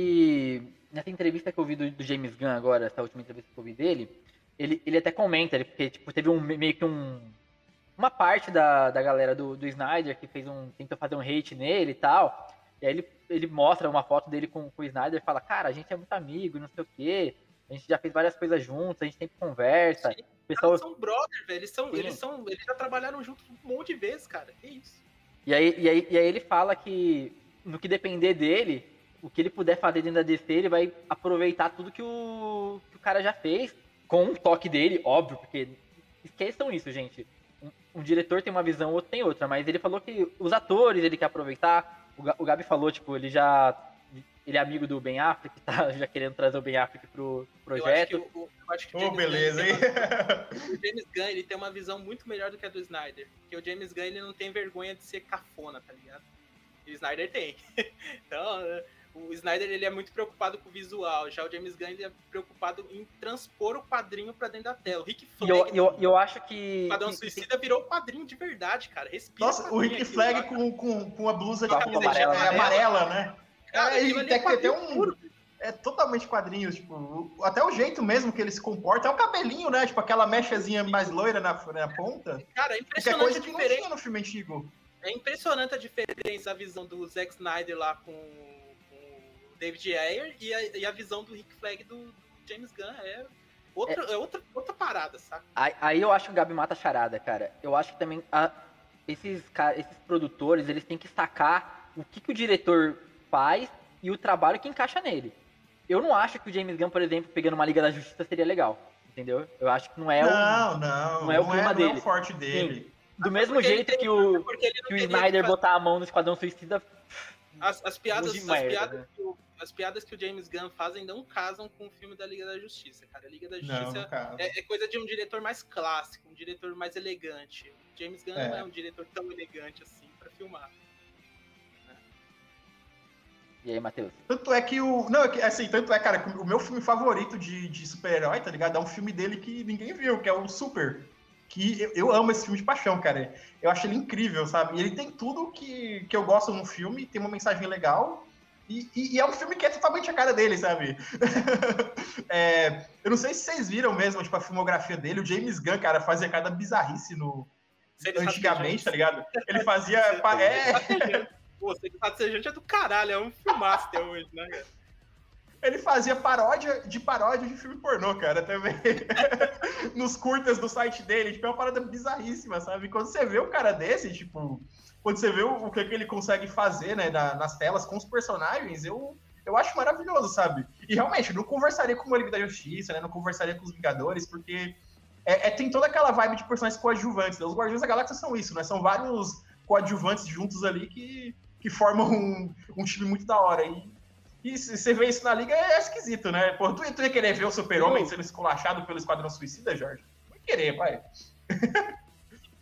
Speaker 1: Nessa entrevista que eu vi do James Gunn agora, essa última entrevista que eu vi dele, ele até comenta, porque tipo, teve meio que uma parte da galera do Snyder que tentou fazer um hate nele e tal. E aí ele mostra uma foto dele com o Snyder e fala, cara, a gente é muito amigo, não sei o quê. A gente já fez várias coisas juntos, a gente sempre conversa.
Speaker 3: Sim,
Speaker 1: pessoal...
Speaker 3: Eles são brother, velho. Eles já trabalharam juntos um monte de vezes, cara. Que isso.
Speaker 1: E aí ele fala que, no que depender dele, o que ele puder fazer dentro da DC, ele vai aproveitar tudo que o cara já fez, com um toque dele, óbvio, porque esqueçam isso, gente. Um diretor tem uma visão, o outro tem outra, mas ele falou que os atores ele quer aproveitar. O Gabi falou, tipo, ele é amigo do Ben Affleck, tá já querendo trazer o Ben Affleck pro projeto.
Speaker 3: Eu acho que
Speaker 2: beleza, hein?
Speaker 3: O James Gunn, ele tem uma visão muito melhor do que a do Snyder. Porque o James Gunn, ele não tem vergonha de ser cafona, tá ligado? E o Snyder tem. Então, o Snyder, ele é muito preocupado com o visual. Já o James Gunn, ele é preocupado em transpor o quadrinho pra dentro da tela. O Rick Flag...
Speaker 1: Eu acho que...
Speaker 3: O Padrão Suicida virou o quadrinho de verdade, cara. Respira.
Speaker 2: Nossa, o Rick Flag com a blusa de amarela, né?
Speaker 3: Cara,
Speaker 2: ele tem que ter É totalmente quadrinhos, tipo, até o jeito mesmo que ele se comporta, é o cabelinho, né? Tipo, aquela mechazinha mais loira na ponta.
Speaker 3: Cara, é
Speaker 2: que é
Speaker 3: impressionante
Speaker 2: coisa
Speaker 3: a
Speaker 2: que não
Speaker 3: diferença.
Speaker 2: tinha no filme antigo.
Speaker 3: É impressionante a diferença, a visão do Zack Snyder lá com o David Ayer e a visão do Rick Flag do James Gunn. É outra parada, saca?
Speaker 1: Aí eu acho que o Gabi mata a charada, cara. Eu acho que também esses produtores, eles têm que sacar o que o diretor faz e o trabalho que encaixa nele. Eu não acho que o James Gunn, por exemplo, pegando uma Liga da Justiça seria legal, entendeu? Eu acho que não é o clima dele.
Speaker 2: Não é o forte dele.
Speaker 1: Sim. Do mesmo jeito que o Snyder botar a mão no Esquadrão Suicida...
Speaker 3: As piadas que o James Gunn fazem não casam com o filme da Liga da Justiça, cara. A Liga da Justiça é coisa de um diretor mais clássico, um diretor mais elegante. O James Gunn não é um diretor tão elegante assim pra filmar.
Speaker 1: E aí, Matheus?
Speaker 2: Tanto é, cara, o meu filme favorito de super-herói, tá ligado? É um filme dele que ninguém viu, que é o Super. Que eu amo esse filme de paixão, cara. Eu acho ele incrível, sabe? E ele tem tudo que eu gosto num filme, tem uma mensagem legal, e é um filme que é totalmente a cara dele, sabe? Eu não sei se vocês viram mesmo, tipo, a filmografia dele. O James Gunn, cara, fazia cada bizarrice antigamente, tá ligado? Ele fazia...
Speaker 3: Pô, Você que Sabe Ser Gente é do caralho, é um filmaço até hoje, né, cara?
Speaker 2: Ele fazia paródia de filme pornô, cara, também. Nos curtas do site dele, tipo, é uma parada bizarríssima, sabe? Quando você vê um cara desse, tipo... Quando você vê o que ele consegue fazer, né, nas telas com os personagens, eu acho maravilhoso, sabe? E realmente, eu não conversaria com o Liga da Justiça, né? Não conversaria com os Vingadores, porque tem toda aquela vibe de personagens coadjuvantes. Né? Os Guardiões da Galáxia são isso, né? São vários coadjuvantes juntos ali que formam um time muito da hora. E se você vê isso na Liga, é esquisito, né? Pô, tu ia querer ver o Super-Homem sendo esculachado pelo Esquadrão Suicida, Jorge? Não ia querer, pai.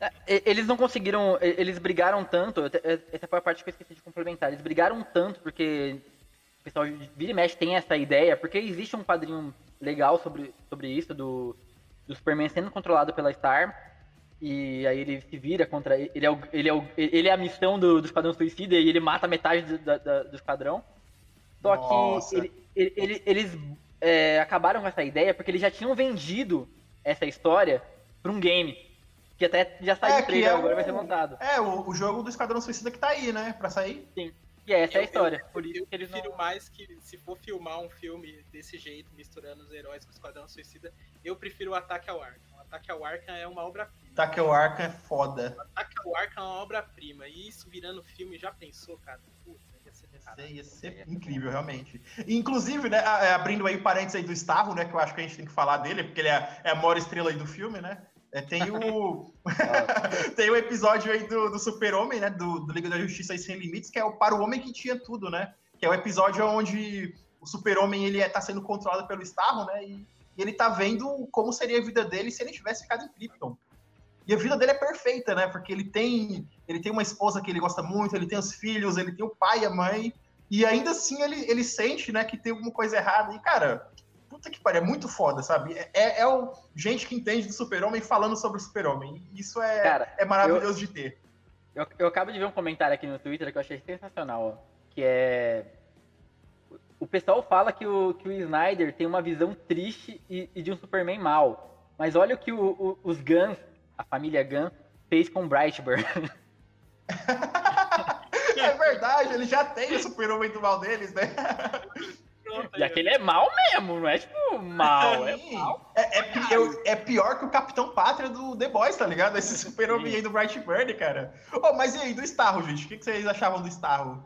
Speaker 1: Eles não conseguiram, eles brigaram tanto, essa foi a parte que eu esqueci de complementar, eles brigaram tanto porque o pessoal vira e mexe tem essa ideia, porque existe um quadrinho legal sobre isso, do Superman sendo controlado pela Star, e aí ele se vira contra, ele é a missão do Esquadrão Suicida e ele mata metade do Esquadrão, só que eles acabaram com essa ideia porque eles já tinham vendido essa história pra um game. Que até já saiu o trailer, agora vai ser montado.
Speaker 2: O jogo do Esquadrão Suicida que tá aí, né? Pra sair.
Speaker 1: Sim. E essa é a história.
Speaker 3: Eu prefiro mais que, se for filmar um filme desse jeito, misturando os heróis com o Esquadrão Suicida, eu prefiro o Ataque ao Arkham. O Ataque ao Arkham é uma obra-prima.
Speaker 2: Ataque ao Arkham é foda.
Speaker 3: O Ataque ao Arkham é uma obra-prima. E isso virando filme, já pensou, cara? Puta,
Speaker 2: ia ser incrível, realmente. E, inclusive, né, abrindo aí parênteses aí do Starro, né, que eu acho que a gente tem que falar dele, porque ele é a maior estrela aí do filme, né? Tem o episódio aí do Super-Homem, né? Do Liga da Justiça Sem Limites, que é o Para o Homem que Tinha Tudo, né? Que é o episódio onde o Super-Homem ele tá sendo controlado pelo Starro, né? E ele tá vendo como seria a vida dele se ele tivesse ficado em Krypton. E a vida dele é perfeita, né? Porque ele tem uma esposa que ele gosta muito, ele tem os filhos, ele tem o pai e a mãe. E ainda assim ele sente, né, que tem alguma coisa errada. E, cara, puta que pariu, é muito foda, sabe? Gente que entende do Super-Homem falando sobre o Super-Homem. Isso é maravilhoso de ter.
Speaker 1: Eu acabo de ver um comentário aqui no Twitter que eu achei sensacional, ó, que é... O pessoal fala que o Snyder tem uma visão triste e de um Superman mau. Mas olha o que os Gunn, a família Gunn, fez com o Brightburn.
Speaker 2: É verdade, ele já tem o Super-Homem do mal deles, né?
Speaker 1: E aquele é mal mesmo, não é tipo mal, é mal.
Speaker 2: É pior que o Capitão Pátria do The Boys, tá ligado? Esse Super-Homem aí do Brightburn, cara. Mas e aí, do Starro, gente? O que vocês achavam do Starro?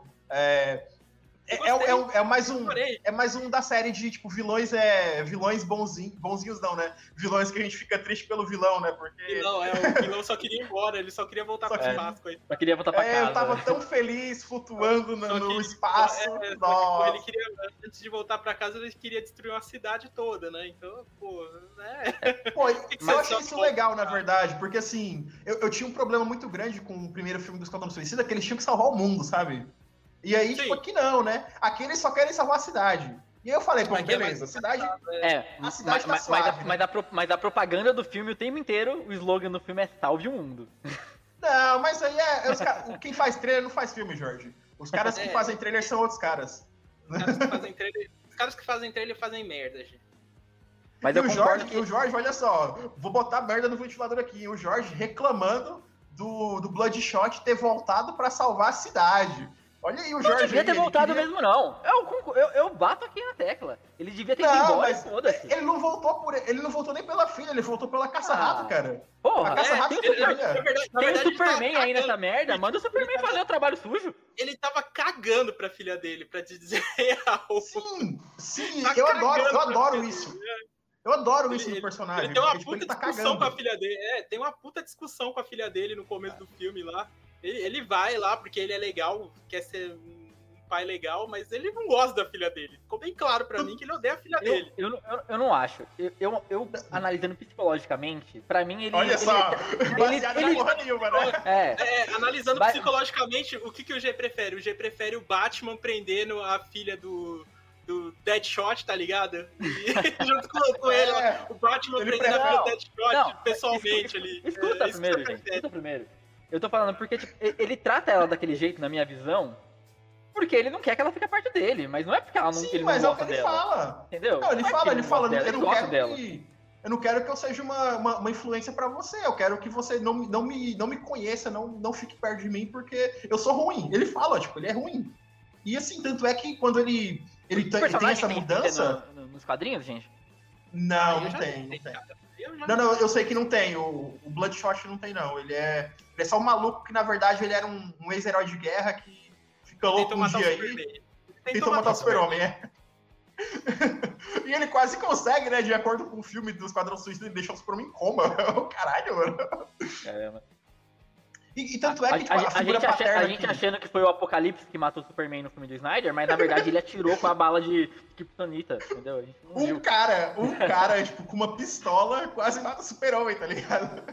Speaker 2: É mais um da série de, tipo, vilões bonzinhos não, né? Vilões que a gente fica triste pelo vilão, né? Porque...
Speaker 3: Não, o vilão só queria ir embora, ele só queria voltar pra Páscoa.
Speaker 1: Só queria voltar pra casa.
Speaker 2: Eu tava tão feliz, flutuando no espaço. Nossa.
Speaker 3: Ele queria, antes de voltar pra casa, ele queria destruir uma cidade toda, né? Então, pô, né?
Speaker 2: Eu achei isso legal, na verdade, porque assim, eu tinha um problema muito grande com o primeiro filme do Esquadrão Suicida, que eles tinham que salvar o mundo, sabe? E aí, tipo, aqui não, né? Aqui eles só querem salvar a cidade. E aí eu falei, pô, beleza, a cidade tá suave,
Speaker 1: mas a propaganda do filme o tempo inteiro, o slogan do filme é salve o mundo.
Speaker 2: Não, mas aí quem faz trailer não faz filme, Jorge. Os caras que fazem trailer são outros caras.
Speaker 3: Os caras que fazem trailer fazem merda, gente.
Speaker 2: Mas o Jorge, olha só, vou botar merda no ventilador aqui. O Jorge reclamando do Bloodshot ter voltado pra salvar a cidade. Olha aí o Jorge.
Speaker 1: Não devia ter voltado mesmo, não. Eu bato aqui na tecla. Ele devia ter ido embora, foda-se.
Speaker 2: Ele não voltou nem pela filha, ele voltou pela Caça-Rato, cara.
Speaker 1: Porra,
Speaker 2: a Caça-Rato
Speaker 1: tem o Superman aí nessa merda, manda o Superman fazer o trabalho sujo.
Speaker 3: Ele tava cagando pra filha dele, pra te dizer real.
Speaker 2: Sim, eu adoro isso. Eu adoro isso no personagem.
Speaker 3: Ele tem uma puta discussão com a filha dele. Tem uma puta discussão com a filha dele no começo do filme lá. Ele vai lá porque ele é legal, quer ser um pai legal, mas ele não gosta da filha dele. Ficou bem claro pra mim que ele odeia a filha dele.
Speaker 1: Eu não acho. Eu analisando psicologicamente, pra mim ele...
Speaker 2: Olha só, baseado na porra nenhuma, né?
Speaker 3: Analisando psicologicamente, o que o G prefere? O G prefere o Batman prendendo a filha do Deadshot, tá ligado? E junto com ele, o Batman prendendo a filha do Deadshot pessoalmente ali.
Speaker 1: Escuta primeiro. Eu tô falando porque tipo, ele trata ela daquele jeito, na minha visão, porque ele não quer que ela fique perto dele, mas não é porque ela não, ele não gosta dela.
Speaker 2: Ele fala.
Speaker 1: Entendeu?
Speaker 2: Não, ele fala, eu não quero que eu seja uma influência pra você, eu quero que você não me conheça, não fique perto de mim, porque eu sou ruim. Ele fala, tipo, ele é ruim. E assim, tanto é que quando ele tem essa mudança...
Speaker 1: Nos quadrinhos, gente?
Speaker 2: Não tem. Não, eu sei que não tem. O Bloodshot não tem, não. Ele é só um maluco que, na verdade, ele era um ex-herói de guerra que fica louco um dia aí. Tentou matar o Super-Homem, E ele quase consegue, né? De acordo com o filme do Esquadrão Suicida, ele deixa o Superman em coma. Caralho, mano.
Speaker 1: Caramba.
Speaker 2: E tanto é que, tipo,
Speaker 1: a gente achando que foi o Apocalipse que matou o Superman no filme do Snyder, mas na verdade ele atirou com a bala de Kryptonita, entendeu? A gente não viu.
Speaker 2: Um cara, tipo, com uma pistola quase mata o Super-Homem, tá ligado?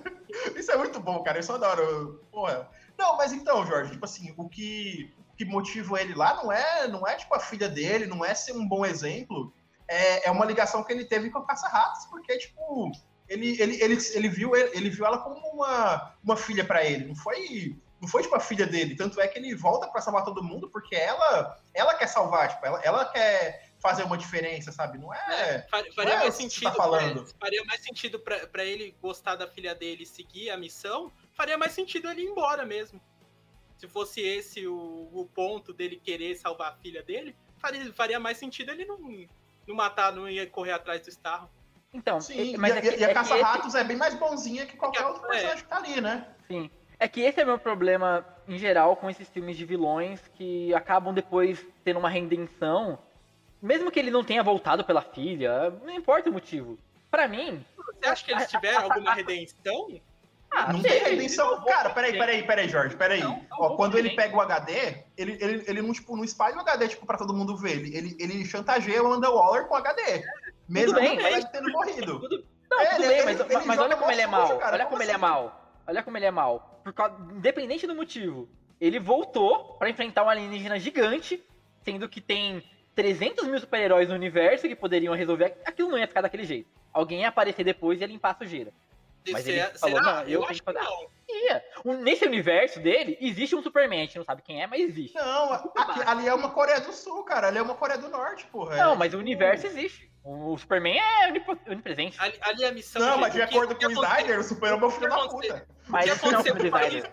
Speaker 2: Isso é muito bom, cara. Eu só adoro. Porra. Não, mas então, Jorge, tipo assim, o que motiva ele lá não é tipo a filha dele, não é ser um bom exemplo. É uma ligação que ele teve com a Caça-Ratos, porque, tipo, ele viu ela como uma filha pra ele. Não foi tipo a filha dele. Tanto é que ele volta pra salvar todo mundo, porque ela quer salvar, tipo, ela quer fazer uma diferença, sabe? Não é.
Speaker 3: Faria mais
Speaker 2: sentido. Tá
Speaker 3: falando. Faria mais sentido pra ele gostar da filha dele e seguir a missão. Faria mais sentido ele ir embora mesmo. Se fosse esse o ponto dele querer salvar a filha dele, faria mais sentido ele não matar, não ia correr atrás do Starro.
Speaker 1: Então,
Speaker 2: sim, mas e a Caça-Ratos é bem mais bonzinha que qualquer outro personagem que tá ali, né?
Speaker 1: Sim. É que esse é o meu problema, em geral, com esses filmes de vilões que acabam depois tendo uma redenção. Mesmo que ele não tenha voltado pela filha, não importa o motivo. Pra mim...
Speaker 3: Você acha que eles tiveram alguma redenção?
Speaker 2: Não tem redenção. Cara, peraí, Jorge, peraí. Ó, quando ele pega o HD, ele não espalha o HD, tipo, pra todo mundo ver. Ele chantageia o Amanda Waller com o HD. Mesmo ele tendo morrido.
Speaker 1: Tudo bem, mas olha como ele é mal. Olha como ele é mal. Olha como ele é mal. Independente do motivo, ele voltou pra enfrentar um alienígena gigante, sendo que tem 300 mil super-heróis no universo que poderiam resolver. Aquilo não ia ficar daquele jeito. Alguém ia aparecer depois e ia limpar a sujeira. Mas ele falou, não, eu tenho que fazer. Nesse universo dele, existe um Superman, a gente não sabe quem é, mas existe.
Speaker 2: Não, ali é uma Coreia do Sul, cara. Ali é uma Coreia do Norte, porra.
Speaker 1: Não, mas o universo existe. O Superman é onipresente.
Speaker 3: Ali a missão...
Speaker 2: Não, mas de acordo com o Snyder, o Superman é o filho da puta.
Speaker 1: Mas
Speaker 3: o que aconteceu com o país...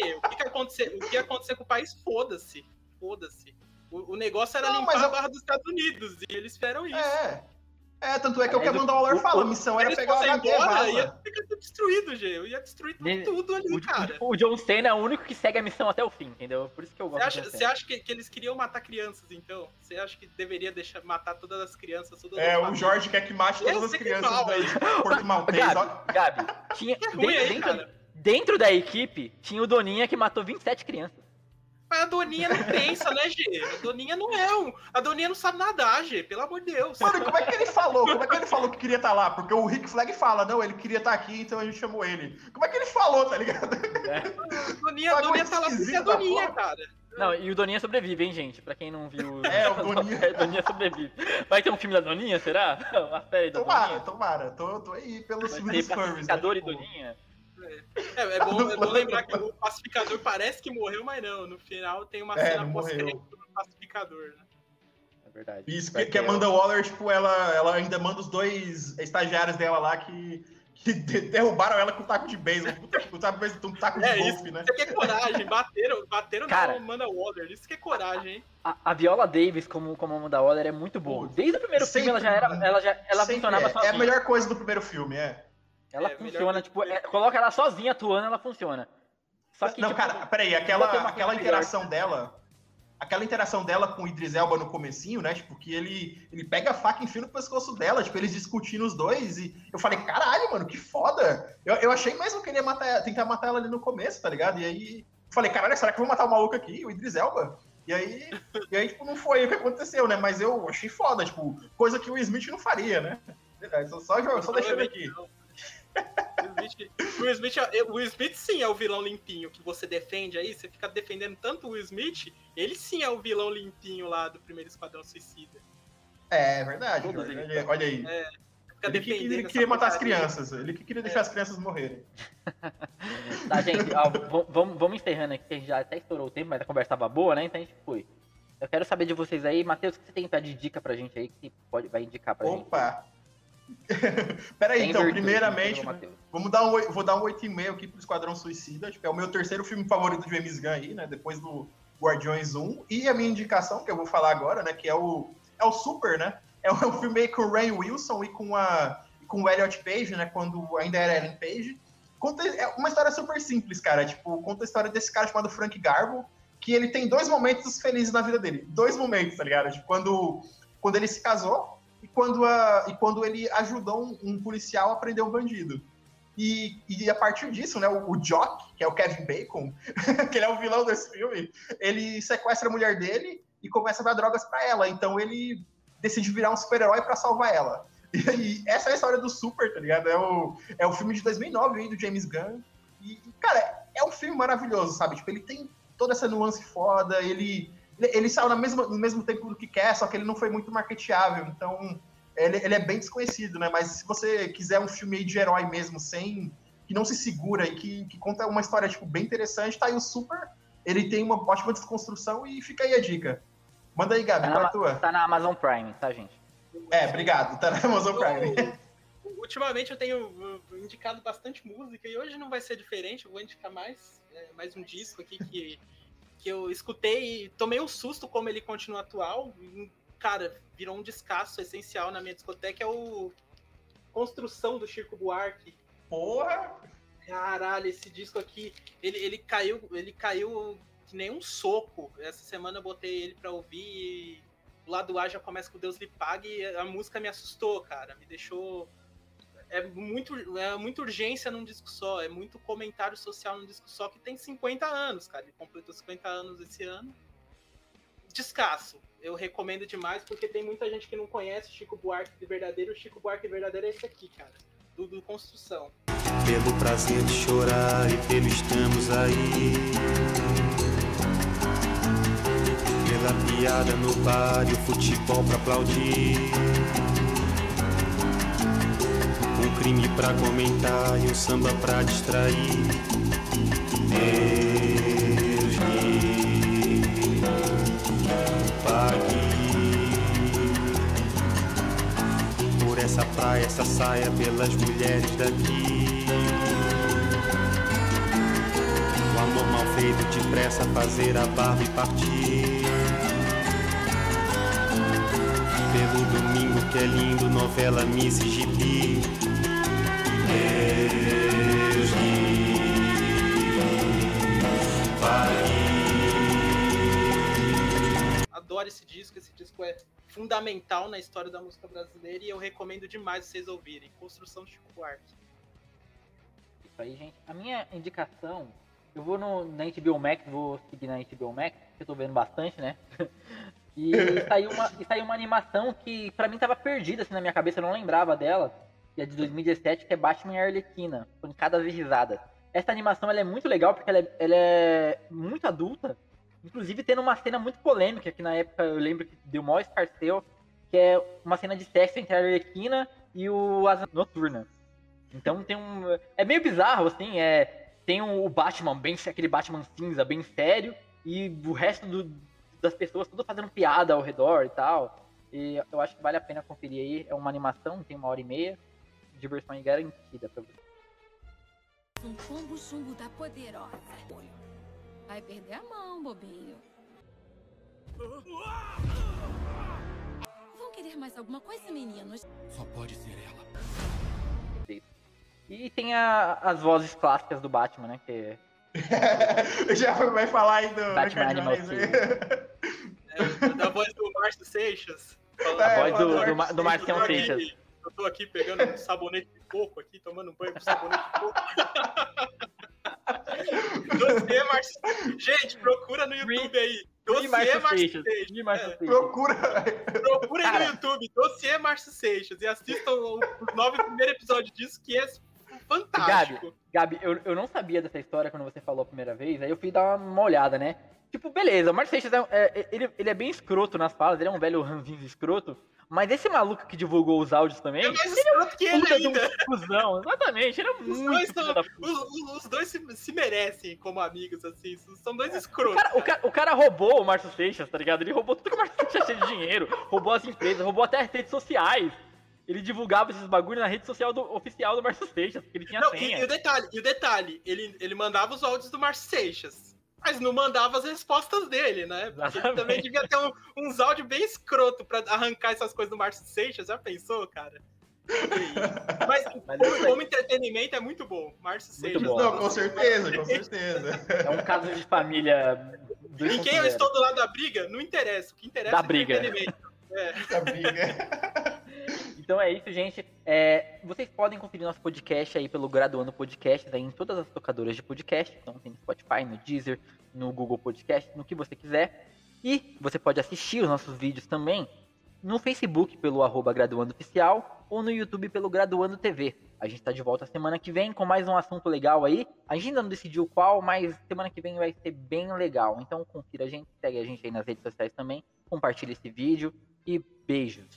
Speaker 3: O que aconteceu com o país, foda-se. Foda-se. O negócio era limpar a barra dos Estados Unidos, e eles fizeram isso.
Speaker 2: Tanto é que é o que a Amanda Waller fala, a missão era pegar o HD,
Speaker 3: ia ficar destruído, Gê. Eu ia destruir tudo ali, cara.
Speaker 1: O John Cena é o único que segue a missão até o fim, entendeu? Por isso que eu gosto.
Speaker 3: Você acha que eles queriam matar crianças, então? Você acha que deveria matar todas as crianças?
Speaker 2: O Jorge quer que mate todas as crianças daí. Porto Maltese.
Speaker 1: Gabi, tinha, dentro da equipe, tinha o Doninha que matou 27 crianças.
Speaker 3: Mas a Doninha não pensa, né, Gê? A Doninha não A Doninha não sabe nadar, Gê, pelo amor de Deus.
Speaker 2: Mano, como é que ele falou? Como é que ele falou que queria estar lá? Porque o Rick Flag fala, não, ele queria estar aqui, então a gente chamou ele. Como é que ele falou, tá ligado?
Speaker 3: A Doninha tá lá porque é a Doninha, cara.
Speaker 1: Não, e o Doninha sobrevive, hein, gente? Pra quem não viu...
Speaker 2: o Doninha...
Speaker 1: Doninha sobrevive. Vai ter um filme da Doninha, será? A série da Doninha?
Speaker 2: Tomara. Tô aí pelos filmes dos furries.
Speaker 1: Pacificador e Doninha?
Speaker 3: É bom lembrar que o pacificador parece que morreu, mas não. No final tem uma cena pós-crédito do pacificador, né?
Speaker 1: É verdade.
Speaker 2: Isso, que a Amanda Waller, tipo, ela ainda manda os 2 estagiários dela lá que derrubaram ela com um taco de beisebol. Um taco de golfe, né?
Speaker 3: Isso que é coragem. Bateram na Amanda Waller. Isso que é coragem, hein?
Speaker 1: A Viola Davis, como Amanda Waller, é muito boa. Desde o primeiro filme ela funcionava sozinha.
Speaker 2: É a melhor coisa do primeiro filme,
Speaker 1: Ela funciona, tipo, coloca ela sozinha atuando, ela funciona. Só que,
Speaker 2: não, tipo, cara, peraí, aquela interação dela... Aquela interação dela com o Idris Elba no comecinho, né? Tipo, que ele pega a faca e enfia no pescoço dela, tipo, eles discutindo os dois, e eu falei, caralho, mano, que foda! Eu achei mesmo que ele ia tentar matar ela ali no começo, tá ligado? E aí, eu falei, caralho, será que eu vou matar o maluco aqui, o Idris Elba? E aí, tipo, não foi o que aconteceu, né? Mas eu achei foda, tipo, coisa que o Smith não faria, né? Só deixando aqui.
Speaker 3: O Smith sim é o vilão limpinho que você defende aí, você fica defendendo tanto o Will Smith, ele sim é o vilão limpinho lá do primeiro Esquadrão Suicida.
Speaker 2: É verdade, olha aí. Ele queria matar as crianças, ele que queria deixar as crianças morrerem.
Speaker 1: Tá, gente, vamos encerrando aqui, que a gente já até estourou o tempo, mas a conversa tava boa, né? Então a gente foi. Eu quero saber de vocês aí, Matheus, o que você tem de dica pra gente aí, que vai indicar pra gente?
Speaker 2: Opa! Peraí, então, primeiramente, vou dar um 8,5 aqui pro Esquadrão Suicida, tipo, é o meu terceiro filme favorito de James Gunn aí, né, depois do Guardiões 1, e a minha indicação, que eu vou falar agora, né, que é o Super, né, é um filme aí com o Rainn Wilson e com o Elliot Page, né, quando ainda era Ellen Page. É uma história super simples, cara, tipo, conta a história desse cara chamado Frank Garbo, que ele tem 2 momentos felizes na vida dele, 2 momentos, tá ligado, tipo, quando ele se casou, e quando ele ajudou um policial a prender um bandido. E a partir disso, né, o Jock, que é o Kevin Bacon, que ele é o vilão desse filme, ele sequestra a mulher dele e começa a dar drogas pra ela. Então ele decide virar um super-herói pra salvar ela. E essa é a história do Super, tá ligado? É o filme de 2009 aí, do James Gunn. E, cara, é um filme maravilhoso, sabe? Tipo, ele tem toda essa nuance foda, ele saiu no mesmo tempo do que quer, só que ele não foi muito marketeável, então ele é bem desconhecido, né? Mas se você quiser um filme aí de herói mesmo, que não se segura e que conta uma história, tipo, bem interessante, tá aí o Super. Ele tem uma ótima desconstrução e fica aí a dica. Manda aí, Gabi, qual é a tua?
Speaker 1: Tá na Amazon Prime, tá, gente?
Speaker 2: Obrigado, tá na Amazon Prime.
Speaker 3: Ultimamente eu tenho indicado bastante música e hoje não vai ser diferente, eu vou indicar mais um disco aqui que eu escutei e tomei um susto como ele continua atual. E, cara, virou um descasso essencial na minha discoteca, é o Construção do Chico Buarque.
Speaker 2: Porra!
Speaker 3: Caralho, esse disco aqui, ele caiu que nem um soco. Essa semana eu botei ele pra ouvir e o lado A já começa com Deus lhe pague e a música me assustou, cara. Me deixou... É muita urgência num disco só, é muito comentário social num disco só que tem 50 anos, cara. Ele completou 50 anos esse ano. Descasso. Eu recomendo demais porque tem muita gente que não conhece o Chico Buarque de verdadeiro. O Chico Buarque verdadeiro é esse aqui, cara. Do Construção.
Speaker 20: Pelo prazer de chorar e pelo estamos aí, pela piada no bar e o futebol pra aplaudir, um crime pra comentar e um samba pra distrair. Deus me pague por essa praia, essa saia, pelas mulheres daqui. O amor mal feito, depressa, fazer a barba e partir. Pelo domingo que é lindo, novela Miss e Gibi. Deus me pague.
Speaker 3: Adoro esse disco é fundamental na história da música brasileira e eu recomendo demais vocês ouvirem. Construção de Chico Buarque.
Speaker 1: Isso aí, gente. A minha indicação, eu vou na HBO Max, vou seguir na HBO Max, que eu tô vendo bastante, né? E saiu uma animação que pra mim tava perdida assim na minha cabeça, eu não lembrava dela, que é de 2017, que é Batman e a Arlequina, com cada vez risada. Essa animação ela é muito legal porque ela é muito adulta, inclusive tendo uma cena muito polêmica, que na época eu lembro que deu maior escarceu, que é uma cena de sexo entre a Arlequina e o Asa Noturna. Então tem é meio bizarro, assim, tem o Batman, aquele Batman cinza, bem sério, e o resto das pessoas tudo fazendo piada ao redor e tal. E eu acho que vale a pena conferir aí. É uma animação, tem 1h30, diversão garantida pra você.
Speaker 21: Um combo chumbo da poderosa. Vai perder a mão, bobinho. Vão querer mais alguma coisa, meninos?
Speaker 17: Só pode ser ela.
Speaker 1: E tem as vozes clássicas do Batman, né? Que
Speaker 2: já vai falar aí do
Speaker 1: Batman Animal
Speaker 3: Da voz do Márcio Seixas.
Speaker 1: A voz do Marcião Seixas.
Speaker 3: Eu tô aqui pegando um sabonete de coco aqui, tomando um banho com sabonete de coco. Dossiê Márcio. Gente, procura no YouTube aí. Dossiê Márcio Seixas.
Speaker 2: Procura
Speaker 3: aí no YouTube. Dossiê Márcio Seixas. E assistam os 9 primeiros episódios disso, que é fantástico.
Speaker 1: Gabi, eu não sabia dessa história quando você falou a primeira vez. Aí eu fui dar uma olhada, né? Tipo, beleza, o Márcio Seixas ele é bem escroto nas falas. Ele é um velho ranzinho escroto. Mas esse maluco que divulgou os áudios também...
Speaker 3: É mais escroto que ele ainda.
Speaker 1: Confusão, exatamente, ele é muito...
Speaker 3: Os dois se merecem como amigos, assim. São dois escrotos.
Speaker 1: O cara roubou o Márcio Seixas, tá ligado? Ele roubou tudo que o Márcio Seixas tinha de dinheiro. Roubou as empresas, roubou até as redes sociais. Ele divulgava esses bagulho na rede social oficial do Márcio Seixas, porque ele tinha senha.
Speaker 3: E o detalhe, ele mandava os áudios do Márcio Seixas. Mas não mandava as respostas dele, né? Porque ele também devia ter uns áudios bem escroto pra arrancar essas coisas do Márcio Seixas. Já pensou, cara? Mas como entretenimento é muito bom. Márcio Seixas.
Speaker 2: Não, com certeza.
Speaker 1: É um caso de família.
Speaker 3: Em quem eu estou do lado da briga, não interessa. O que interessa é o entretenimento.
Speaker 2: Da briga.
Speaker 1: Então é isso, gente. Vocês podem conferir nosso podcast aí pelo Graduando Podcast, aí em todas as tocadoras de podcast. Então tem no Spotify, no Deezer, no Google Podcast, no que você quiser. E você pode assistir os nossos vídeos também no Facebook pelo @GraduandoOficial ou no YouTube pelo Graduando TV. A gente tá de volta semana que vem com mais um assunto legal aí. A gente ainda não decidiu qual, mas semana que vem vai ser bem legal. Então confira a gente, segue a gente aí nas redes sociais também, compartilha esse vídeo e beijos.